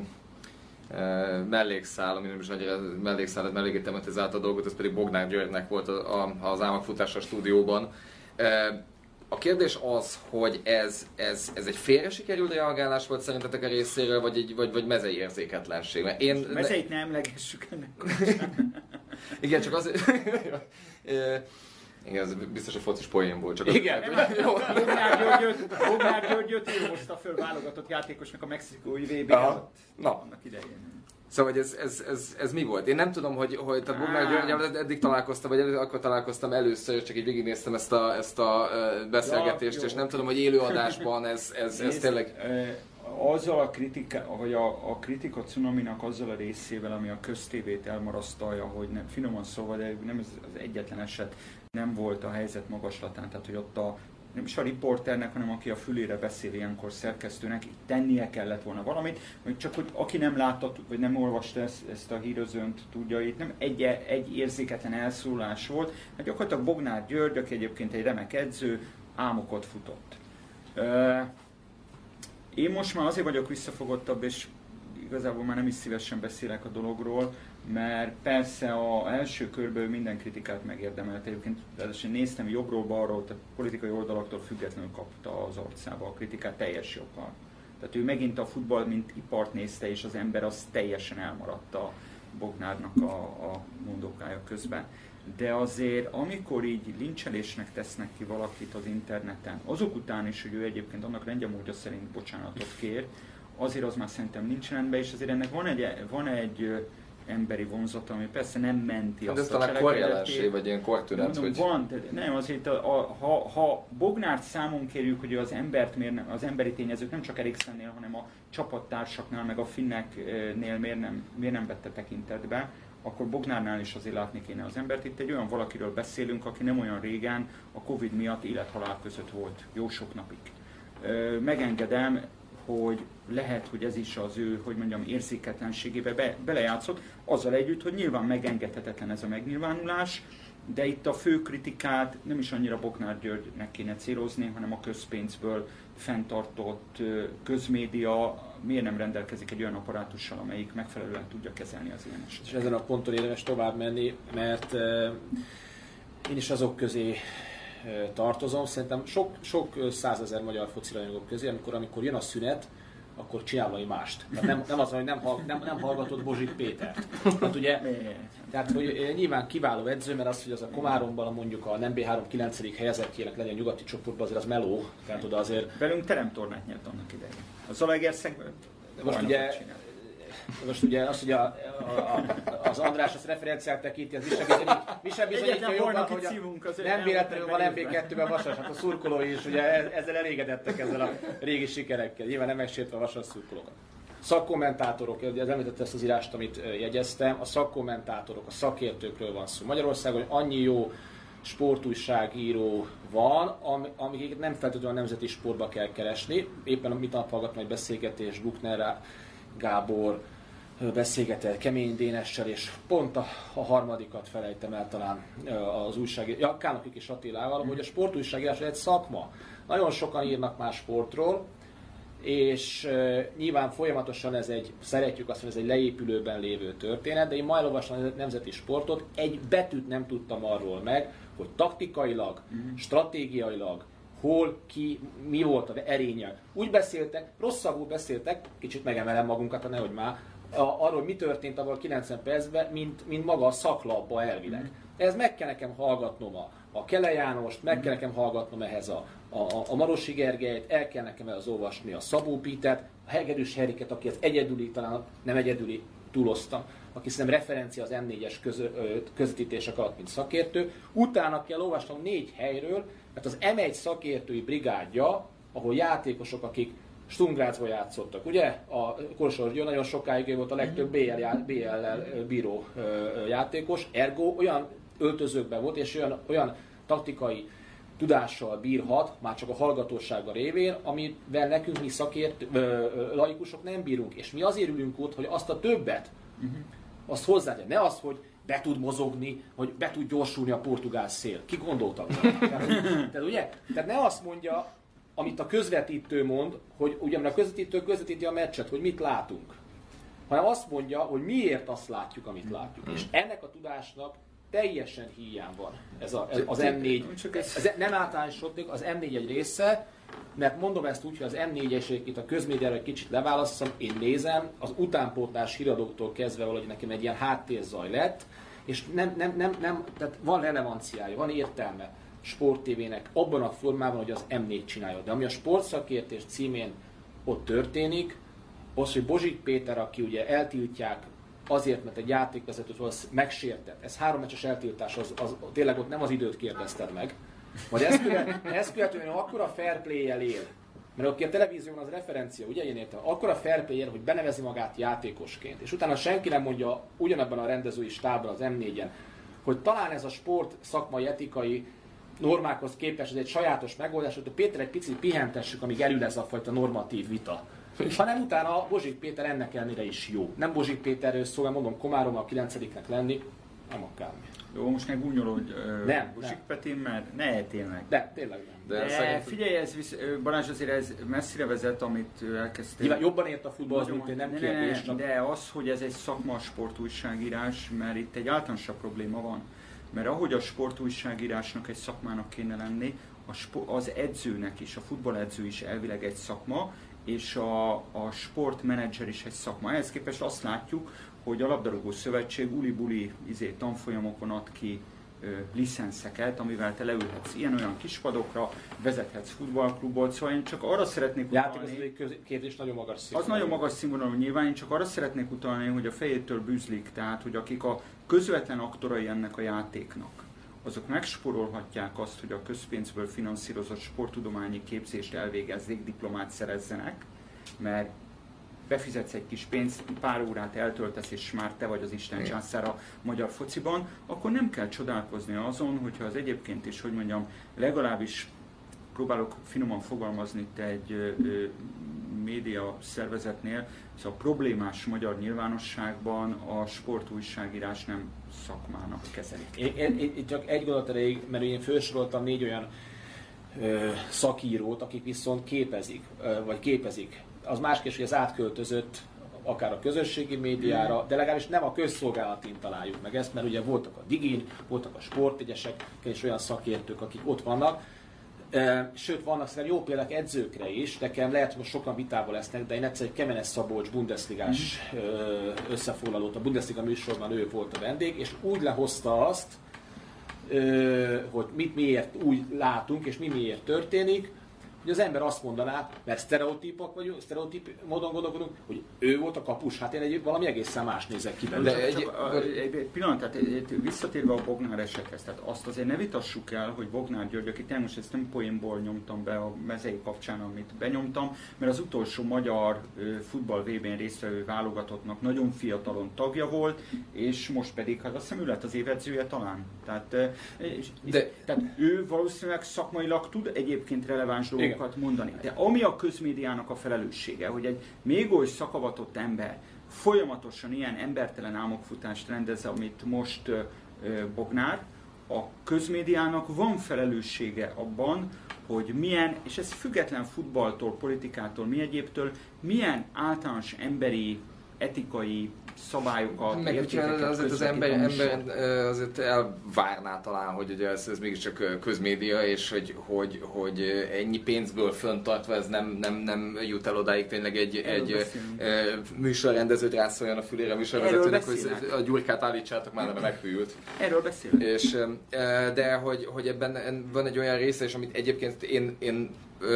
mellékszál, ami nem is annyira mellékszál, melléggé tematizált a dolgot, ez pedig Bognár Györgynek volt az álmokfutás a stúdióban. A kérdés az, hogy ez egy félre sikerült reagálás volt szerintetek a részéről, vagy mezei érzéketlenség? Mert mezeit nem emlegessük ennek. Igen, csak azért... Igen, ez biztos a focis poénból. Csak igen. Bognár Györgyöt ő hozta föl válogatott játékosnak a mexikói VB alatt. Annak idején. Szóval, hogy ez mi volt? Én nem tudom, hogy Bognár Györgyel eddig találkoztam, vagy akkor találkoztam először, csak így végignéztem ezt a beszélgetést, és nem tudom, hogy élőadásban ez tényleg... Azzal a kritika, vagy a kritika cunaminak azzal a részével, ami a köztévét elmarasztalja, hogy nem, finoman szóval, de nem ez az egyetlen eset, nem volt a helyzet magaslatán, tehát hogy ott nem is a riporternek, hanem aki a fülére beszél ilyenkor szerkesztőnek, tennie kellett volna valamit, vagy csak hogy aki nem látta, vagy nem olvasta ezt a hírözönt, tudja, itt nem egy érzéketlen elszólás volt, mert gyakorlatilag Bognár György, aki egyébként egy remek edző, álmokat futott. Én most már azért vagyok visszafogottabb, és igazából már nem is szívesen beszélek a dologról, mert persze az első körből minden kritikát megérdemelt. Egyébként néztem jobbról-balról, tehát politikai oldalaktól függetlenül kapta az arcába a kritikát teljes joggal. Tehát ő megint a futball mint ipart nézte, és az ember az teljesen elmaradt a Bognárnak a mondókája közben. De azért, amikor így lincselésnek tesznek ki valakit az interneten, azok után is, hogy ő egyébként annak rendje módja szerint bocsánatot kér, azért az már szerintem nincs rendben, és azért ennek van egy emberi vonzata, ami persze nem menti azt a cselekedetet. Ez talán korjelenség, vagy ilyen kortünet, hogy... Van, nem, azért ha Bognárt számon kérjük, hogy az az emberi tényezők nem csak Eriksennél, hanem a csapattársaknál, meg a finneknél miért nem vette tekintetbe, akkor Bognárnál is azért látni kéne az embert. Itt egy olyan valakiről beszélünk, aki nem olyan régen a Covid miatt élet-halál között volt, jó sok napig. Megengedem, hogy lehet, hogy ez is az ő, hogy mondjam, érzéketlenségébe belejátszott, azzal együtt, hogy nyilván megengedhetetlen ez a megnyilvánulás, de itt a fő kritikát nem is annyira Bognár Györgynek kéne célozni, hanem a közpénzből fenntartott közmédia miért nem rendelkezik egy olyan apparátussal, amelyik megfelelően tudja kezelni az ilyen eseteket. És ezen a ponton érdemes tovább menni, mert Én is azok közé tartozom. Szerintem sok százezer magyar focirajongók közé, amikor jön a szünet, akkor csinál valami mást. Tehát nem az, hogy nem hallgatod Bozsik Pétert. Tehát, hogy nyilván kiváló edző, mert az, hogy az a Komáromban mondjuk a NB3 9. helyezettjének legyen nyugati csoportban, azért az meló. Tehát oda azért... Velünk teremtornát nyert annak idején. A Zalaegerszegben most ugye az, hogy az András azt referenciát tekinti, az mi sem bizonyítja jobban, hogy nem véletlenül van NB2-ben Vasas, hát a szurkolói is ugye ezzel elégedettek ezzel a régi sikerekkel, nyilván nem megsértve a Vasas szurkolókat. Szakkommentátorok, az említett ezt az írást, amit jegyeztem, a szakkommentátorok, a szakértőkről van szó. Magyarországon annyi jó sportújságíró van, amiket nem feltétlenül a nemzeti sportba kell keresni. Éppen mit nap hallgattam egy beszélgetés Buchner Gábor beszélgetett Kemény Dénessel, és pont a harmadikat felejtem el talán az újságíró, Kánokik és Attilával, hogy a sportújságírás egy szakma. Nagyon sokan írnak más sportról, és nyilván folyamatosan szeretjük azt, hogy ez egy leépülőben lévő történet, de én ma elolvastam a nemzeti sportot, egy betűt nem tudtam arról meg, hogy taktikailag, stratégiailag, hol, ki, mi volt az erénye. Úgy beszéltek, rosszabbul beszéltek, kicsit megemelem magunkat, nehogy már, arról, mi történt abban a 90 percben, mint maga a szaklapba elvileg. Ez meg kell nekem hallgatnom a Kele Jánost, meg kell nekem hallgatnom ehhez a Marosi Gergelyt, el kell nekem ehhez olvasni a Szabó Pítert, a Hegedűs Heriket, aki az egyedüli, talán nem egyedüli, túloztam, aki szerintem referencia az M4-es közvetítések alatt, mint szakértő. Utána kell olvasnom 4 helyről, mert az M1 szakértői brigádja, ahol játékosok, akik Sturm-Grazban játszottak, ugye? A Kolozsvár Győr nagyon sokáig volt a legtöbb BL-lel bíró játékos, ergo olyan öltözőkben volt, és olyan taktikai tudással bírhat, már csak a hallgatósága révén, amivel nekünk mi laikusok nem bírunk. És mi azért ülünk ott, hogy azt a többet, azt hozzátegye. Ne az, hogy be tud mozogni, hogy be tud gyorsulni a portugál szél. Ki gondolta? Tehát ne azt mondja, amit a közvetítő mond, hogy ugyan a közvetítő közvetíti a meccset, hogy mit látunk, hanem azt mondja, hogy miért azt látjuk, amit látjuk. És ennek a tudásnak teljesen hiány van az M4. Nem általánosodnék, az M4 egy része, mert mondom ezt úgy, hogy az M4-esék a közmédiára egy kicsit leválasztom, én nézem, az utánpótlás híradóktól kezdve valahogy nekem egy ilyen háttérzaj lett, és nem, tehát van relevanciája, van értelme Sport TV-nek abban a formában, hogy az M4 csinálja. De ami a sportszakértés címén ott történik, az, hogy Bozsik Péter, aki ugye eltiltják azért, mert egy játékvezetőt megsértett. Ez 3 meccses eltiltás, az tényleg ott nem az időt kérdezted meg. Vagy ezt követően akkora fair play-jel él, mert aki a televízión az referencia, ugye én értem, akkora fair play-jel, hogy benevezi magát játékosként, és utána senki nem mondja ugyanebben a rendezői stábban, az M4-en, hogy talán ez a sport szakmai, etikai normákhoz képest ez egy sajátos megoldás, hogy Péter egy picit pihentessük, amíg elül ez a fajta normatív vita. Hanem utána Bozsik Péter ennek ellenére is jó. Nem Bozsik Péterről szól, mondom, Komárom a 9-nek lenni, nem akármi. Jó, most meg gúnyolod Bozsik Petin, mert ne tényleg. De tényleg nem. De figyelj, Balázs, azért ez messzire vezet, amit elkezdtél. Nyilván jobban ért a futballhoz, mint én, nem kérdés. De az, hogy ez egy szakma sportújságírás, mert itt egy általánosabb probléma van. Mert ahogy a sportújságírásnak egy szakmának kéne lenni, az edzőnek is, a futballedző is elvileg egy szakma, és a sportmenedzser is egy szakma. Ehhez képest azt látjuk, hogy a labdarúgó szövetség uli-buli tanfolyamokon ad ki licenszeket, amivel te leülhetsz ilyen-olyan kispadokra, vezethetsz futballklubot, szóval én csak arra szeretnék utalni... Játékozói képzés nagyon magas színvonalú. Az nagyon magas színvonalú nyilván, én csak arra szeretnék utalni, hogy a fejétől bűzlik, tehát hogy akik a közvetlen aktorai ennek a játéknak, azok megspórolhatják azt, hogy a közpénzből finanszírozott sporttudományi képzést elvégezzék, diplomát szerezzenek, mert befizetsz egy kis pénzt, pár órát eltöltesz, és már te vagy az Isten császára a magyar fociban, akkor nem kell csodálkozni azon, hogyha az egyébként is, hogy mondjam, legalábbis próbálok finoman fogalmazni itt egy média szervezetnél, szóval a problémás magyar nyilvánosságban a sportújságírás nem szakmának kezelik. Én csak egy gondolat elég, mert én felsoroltam 4 olyan szakírót, akik viszont képezik. Az más kérdés, hogy az átköltözött akár a közösségi médiára, de legalábbis nem a közszolgálatin találjuk meg ezt, mert ugye voltak a Digin, voltak a sportegyesek, és olyan szakértők, akik ott vannak. Sőt, vannak szerintem jó példák edzőkre is, nekem lehet, hogy most sokan vitában lesznek, de én egyszer egy Kemenes Szabolcs Bundesligás összefoglalót, a Bundesliga műsorban ő volt a vendég, és úgy lehozta azt, hogy mit miért úgy látunk, és mi miért történik, hogy az ember azt mondaná, mert sztereotíp módon gondolkodunk, hogy ő volt a kapus, hát én valami egészen más nézek ki belőle. Egy pillanat, tehát visszatérve a Bognár esethez, tehát azt azért ne vitassuk el, hogy Bognár György, aki most ezt nem poénból nyomtam be a mezei kapcsán, amit benyomtam, mert az utolsó magyar futball VB-n résztvevő válogatottnak nagyon fiatalon tagja volt, és most pedig, hát azt hiszem ő lett az évedzője talán. Tehát ő valószínűleg szakmailag tud egyébként releváns dolgokat mondani. De ami a közmédiának a felelőssége, hogy egy még oly szakavatott ember folyamatosan ilyen embertelen álmokfutást rendez, amit most Bognár, a közmédiának van felelőssége abban, hogy milyen, és ez független futballtól, politikától, mi egyébtől, milyen általános emberi, etikai szabályokat, meg azért az ember azért elvárná talán, hogy ugye ez mégiscsak közmédia, és hogy ennyi pénzből föntartva ez nem jut el odáig tényleg egy műsorrendezőt rászóljon a fülére a műsorvezetőnek, hogy a Gyurkát állítsátok már, nem meghűlt. Erről beszélünk. De hogy ebben van egy olyan része, és amit egyébként én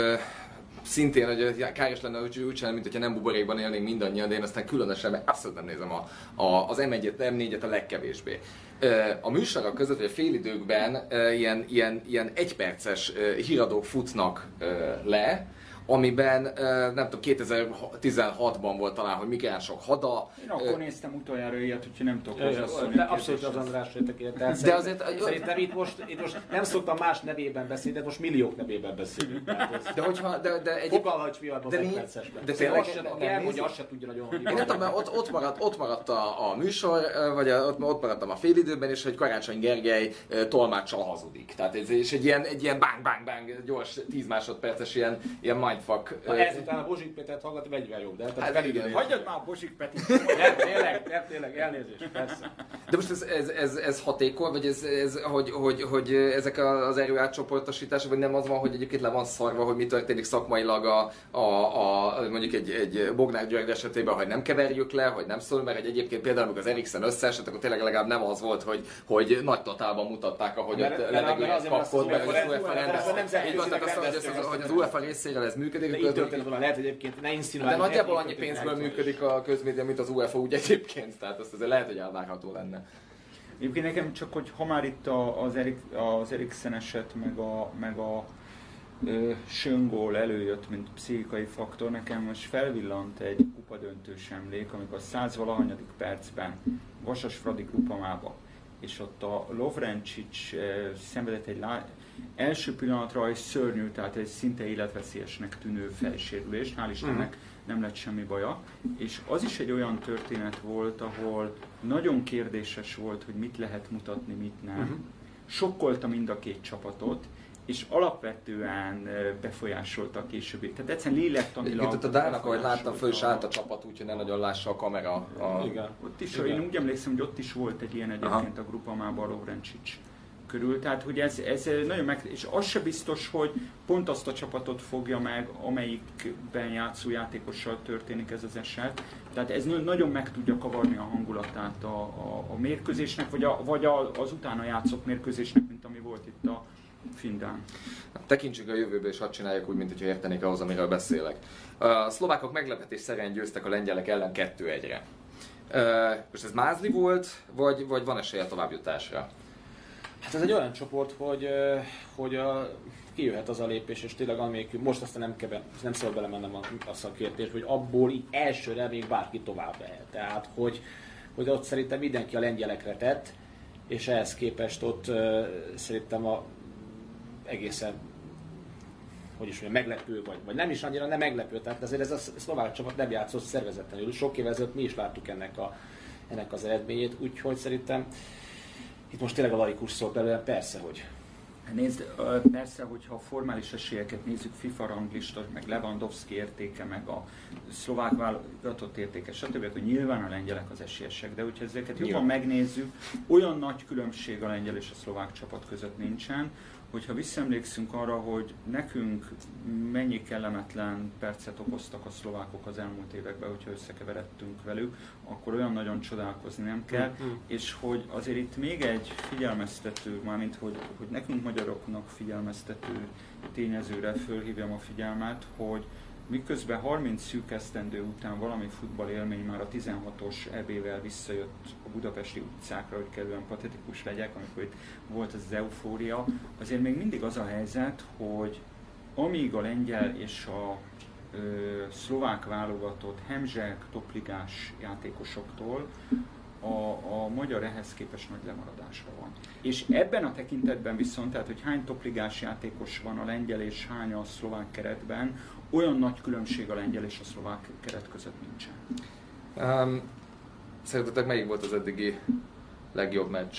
szintén, hogy káros lenne úgy csinálni, mint hogyha nem buborékban élnénk mindannyian, de én aztán különösen, mert abszolút nem nézem az M1-et, M4-et a legkevésbé. A műsorok között, vagy a félidőkben ilyen egyperces híradók futnak le, amiben, nem tudom, 2016-ban volt talán, hogy migránsok hada. Én akkor néztem utoljára ilyet, hogyha nem tudok hozzászólni. De abszolút az András jöttek érte. De azért szerintem itt most nem szoktam más nevében beszélni, de most milliók nevében beszélünk. De hogyha, de egy fogalhagy fiatban az egypercesben. De tényleg hogy azt se tudja nagyon. Én nem tudom, mert ott maradt a műsor, vagy ott maradtam a félidőben, és hogy Karácsony Gergely tolmáccsal hazudik. Tehát és egy ilyen bang, gyors 10 másodperces ilyen mindfuck. Ezután a Bozsik Pétert hallgatni egyben jobb, de hát igen. Hagyjad már a Bozsik Petit! Nem, tényleg, elnézést, persze. De most ez hatékony, vagy hogy ezek az erőátcsoportosítások, vagy nem az van, hogy egyébként le van szarva, hogy mi történik szakmailag mondjuk egy Bognár György esetében, hogy nem keverjük le, hogy nem szól, mert egyébként például amikor az Eriksen összeesett, akkor tényleg legalább nem az volt, hogy nagy totálban mutatták, ahogy ott levegőhez kapott, mert az UEFA rendezte. Így van, hogy az UEFA részéről ez működik. De így történt volna, lehet egyébként ne insinuálni. De nagyjából annyi pénzből működik a közmédia, mint az UEFA úgy egyébként, tehát azt azért lehet, hogy elvárható lenne. Egyébként nekem csak, hogy ha már itt az Eriksen eset, meg a Söngól előjött, mint pszichikai faktor, nekem most felvillant egy kupadöntős emlék, amikor a 100-valahanyadik percben Vasas Fradi Grupamába, és ott a Lovrencic szenvedett egy első pillanatra egy szörnyű, tehát egy szinte életveszélyesnek tűnő fejsérülést, hál' Istennek nem lett semmi baja, és az is egy olyan történet volt, ahol nagyon kérdéses volt, hogy mit lehet mutatni, mit nem. Sokkolta mind a két csapatot, és alapvetően befolyásolta a későbbi. Tehát egyszerűen lélektanilag... Itt a Dának, ahogy láttam, föl is állt a csapat, úgyhogy ne nagyon lássa a kamera. Igen. Ott is, én úgy emlékszem, hogy ott is volt egy ilyen egyébként a Grupamában, a Lovrencic körül. Tehát, hogy ez nagyon és az se biztos, hogy pont azt a csapatot fogja meg, amelyikben játszó játékossal történik ez az eset. Tehát ez nagyon meg tudja kavarni a hangulatát a mérkőzésnek, vagy az utána játszott mérkőzésnek, mint ami volt itt a Findán. Tekintsük a jövőbe, és hadd csináljuk úgy, mintha értenék ahhoz, amiről beszélek. A szlovákok meglepetés szerint győztek a lengyelek ellen 2-1-re. Most ez mázli volt, vagy van esélye továbbjutásra? Hát ez egy olyan csoport, hogy kijöhet az a lépés, és tényleg amelyik, most aztán nem szabad belemennem a szakértésbe, hogy abból így elsőre még bárki tovább lehet. Tehát, hogy ott szerintem mindenki a lengyelekre tett, és ehhez képest ott szerintem egészen, hogy is mondjam, meglepő, vagy nem is annyira nem meglepő, tehát azért ez a szlovák csapat nem játszott szervezetlenül. Sok évvel ezelőtt mi is láttuk ennek az eredményét, úgyhogy szerintem itt most tényleg a laikus szól belőle, persze, hogy Nézd, persze, hogyha a formális esélyeket nézzük, FIFA ranglista, meg Lewandowski értéke, meg a szlovák válogatott értéke, stb., hogy nyilván a lengyelek az esélyesek, de hogyha ezeket jobban megnézzük, olyan nagy különbség a lengyel és a szlovák csapat között nincsen, hogyha visszaemlékszünk arra, hogy nekünk mennyi kellemetlen percet okoztak a szlovákok az elmúlt években, hogyha összekeveredtünk velük, akkor olyan nagyon csodálkozni nem kell, és hogy azért itt még egy figyelmeztető, mármint hogy nekünk magyaroknak figyelmeztető tényezőre fölhívjam a figyelmet, hogy miközben 30 szűk esztendő után valami futballélmény már a 16-os EB-vel visszajött a budapesti utcákra, hogy kellően patetikus legyek, amikor itt volt ez az eufória, azért még mindig az a helyzet, hogy amíg a lengyel és a szlovák válogatott hemzseg, topligás játékosoktól a magyar ehhez képest nagy lemaradásra van. És ebben a tekintetben viszont, tehát hogy hány topligás játékos van a lengyel és hány a szlovák keretben, olyan nagy különbség a lengyel és a szlovák keret között nincsen. Szerintetek melyik volt az eddigi legjobb meccs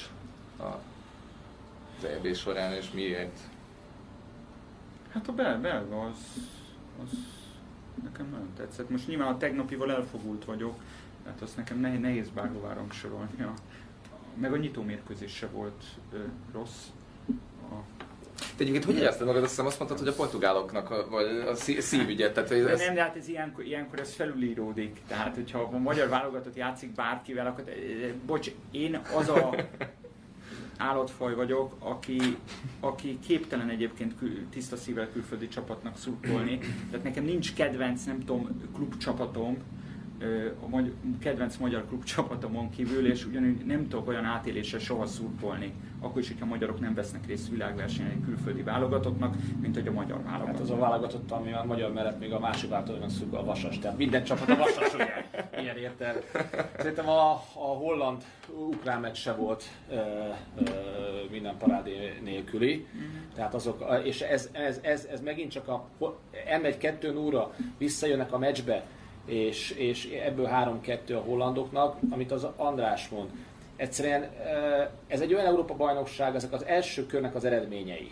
az EB során, és miért? Hát a belga az nekem nagyon tetszett. Most nyilván a tegnapival elfogult vagyok, tehát azt nekem nehéz bárhová rangsorolni. Meg a nyitómérkőzés se volt rossz. Te egyébként hogy érezted magad? Azt hiszem azt mondtad, hogy a portugáloknak vagy a szívügyet. Tehát, hogy nem, de hát ez ilyenkor ez felülíródik. Tehát, hogyha a magyar válogatott játszik bárkivel, akkor bocs, én az a állatfaj vagyok, aki képtelen egyébként tiszta szívvel külföldi csapatnak szurkolni. Tehát nekem nincs kedvenc, nem tudom, klubcsapatom, a kedvenc magyar klubcsapatomon kívül, és ugyanúgy nem tudok olyan átélésre soha szurkolni, akkor is, hogyha a magyarok nem vesznek részt világversenyen egy külföldi válogatottnak, mint hogy a magyar válogatott. Hát az a válogatott, ami a magyar mellett még a másik válogatottban szurkol a Vasas, tehát minden csapat a Vasas, ugye? Ilyen értelme. Szerintem a holland-ukrán meccs se volt minden parádé nélküli. Tehát azok, és ez megint csak M1 2-0-ra visszajönnek a meccsbe, és ebből 3-2 a hollandoknak, amit az András mond. Egyszerűen ez egy olyan Európa-bajnokság, ezek az első körnek az eredményei,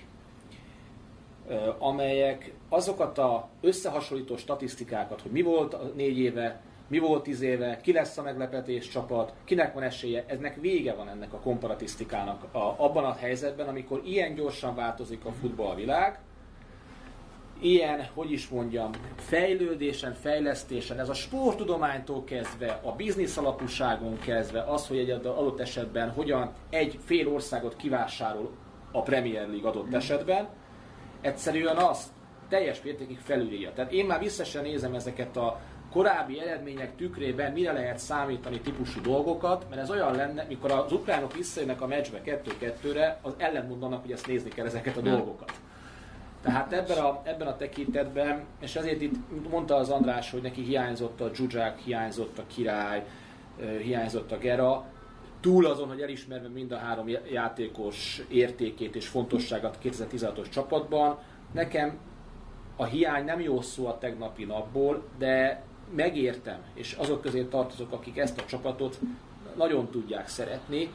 amelyek azokat az összehasonlító statisztikákat, hogy mi volt 4 éve, mi volt 10 éve, ki lesz a meglepetés csapat, kinek van esélye, eznek vége van ennek a komparatisztikának abban a helyzetben, amikor ilyen gyorsan változik a futballvilág, ilyen, hogy is mondjam, fejlődésen, fejlesztésen, ez a sporttudománytól kezdve, a biznisz alapúságon kezdve, az, hogy egy adott esetben hogyan egy fél országot kivásárol a Premier League adott esetben, egyszerűen azt teljes mértékig felülírja. Tehát én már vissza nézem ezeket a korábbi eredmények tükrében, mire lehet számítani típusú dolgokat, mert ez olyan lenne, mikor az ukránok visszajönnek a meccsbe 2-2-re, az ellentmondanak, hogy ezt nézni kell ezeket a dolgokat. Tehát ebben a tekintetben, és ezért itt mondta az András, hogy neki hiányzott a Zsuzsák, hiányzott a Király, hiányzott a Gera, túl azon, hogy elismerve mind a 3 játékos értékét és fontosságát 2016-os csapatban, nekem a hiány nem jó szó a tegnapi napból, de megértem, és azok közé tartozok, akik ezt a csapatot nagyon tudják szeretni,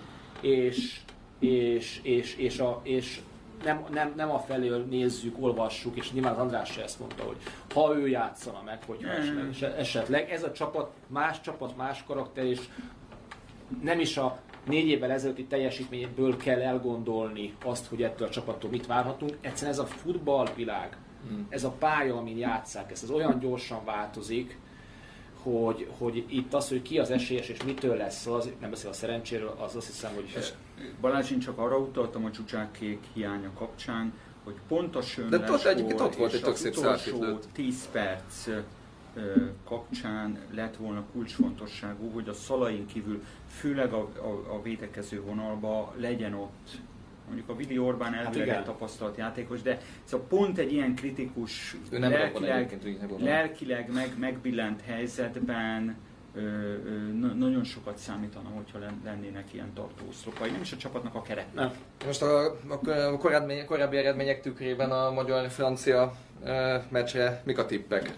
és nem a felől nézzük, olvassuk, és nyilván az András se ezt mondta, hogy ha ő játszana meg, hogyha esetleg. Ez a csapat, más karakter, és nem is a 4 évvel ezelőtti teljesítményből kell elgondolni azt, hogy ettől a csapattól mit várhatunk. Egyszerűen ez a futballvilág, ez a pálya, amin játsszák, ez olyan gyorsan változik, hogy itt az, hogy ki az esélyes és mitől lesz az, nem beszél a szerencséről, az azt hiszem, hogy... Balázs, én csak arra utaltam a Zsuzsákék hiánya kapcsán, hogy pontosan de ott volt egy tök szép utolsó 10 perc kapcsán lett volna kulcsfontosságú, hogy a Szalain kívül, főleg a védekező vonalba legyen ott mondjuk a Vili Orbán elvileg tapasztalt játékos, de szóval pont egy ilyen kritikus, lelkileg megbillent helyzetben nagyon sokat számítana, hogyha lennének ilyen tartóoszlopai, nem is a csapatnak a keretnek. Most a korábbi eredmények tükrében a magyar-francia meccsre mik a tippek?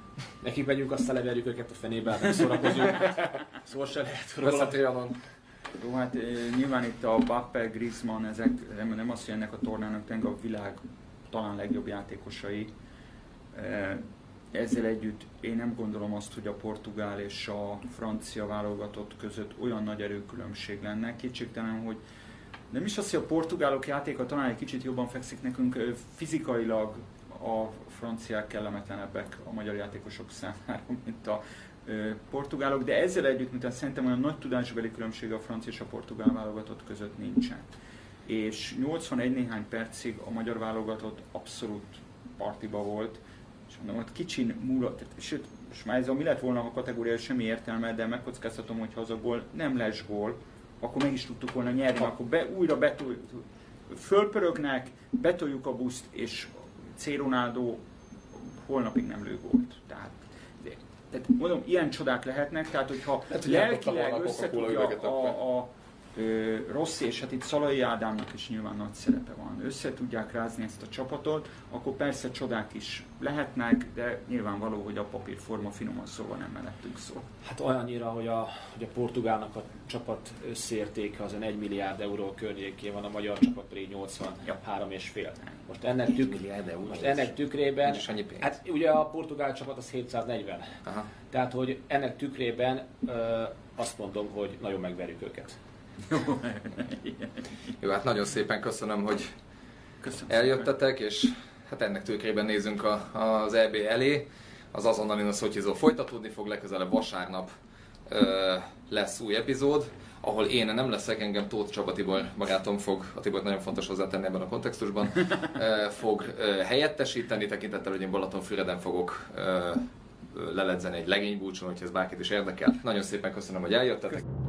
Nekik megyünk, aztán leverjük őket a fenébe, nem szórakozunk. Szóval se lehet róla. Jó, hát nyilván itt a Mbappé, Griezmann, ezek nem azt, hogy ennek a tornának tényleg a világ talán legjobb játékosai. Ezzel együtt én nem gondolom azt, hogy a portugál és a francia válogatott között olyan nagy erőkülönbség lenne. Kétségtelen, hogy nem is az, hogy a portugálok játéka talán egy kicsit jobban fekszik nekünk, fizikailag a franciák kellemetlenebbek a magyar játékosok számára, mint a portugálok, de ezzel együtt, mint szerintem olyan nagy tudásbeli különbség a francia és a portugál válogatott között nincsen. És 81 néhány percig a magyar válogatott abszolút partiba volt, és mondom, hogy kicsin múlott, sőt, most már ez mi lett volna a kategória, semmi értelme, de megkockáztatom, hogy ha az a gól nem lesz gól, akkor meg is tudtuk volna nyerni, akkor újra fölpörögnek, betoljuk a buszt, és C. Ronaldo holnapig nem lő gólt. Tehát mondom, ilyen csodák lehetnek, tehát hogyha lelkileg összetudja a Rossi, és hát itt Szalai Ádámnak is nyilván nagy szerepe van, össze tudják rázni ezt a csapatot, akkor persze csodák is lehetnek, de nyilvánvaló, hogy a papírforma finoman szóval nem mellettünk szól. Hát olyannyira, hogy a portugálnak a csapat összértéke az 1 milliárd euró környékén van, a magyar csapat pedig 83,5. Most ennek tükrében, hát ugye a portugál csapat az 740. Aha. Tehát, hogy ennek tükrében azt mondom, hogy nagyon megverjük őket. Jó, hát nagyon szépen köszönöm, hogy eljöttetek, és hát ennek tükrében nézzünk az EB elé. Az azonnali a szotyizó folytatódni fog, legközelebb vasárnap lesz új epizód, ahol én nem leszek, engem Tóth Csaba Tibor barátom fog, a Tibort nagyon fontos hozzátenni ebben a kontextusban, fog helyettesíteni, tekintettel, hogy én Balatonfüreden fogok leledzeni egy legénybúcson, hogyha ez bárkit is érdekel. Nagyon szépen köszönöm, hogy eljöttetek.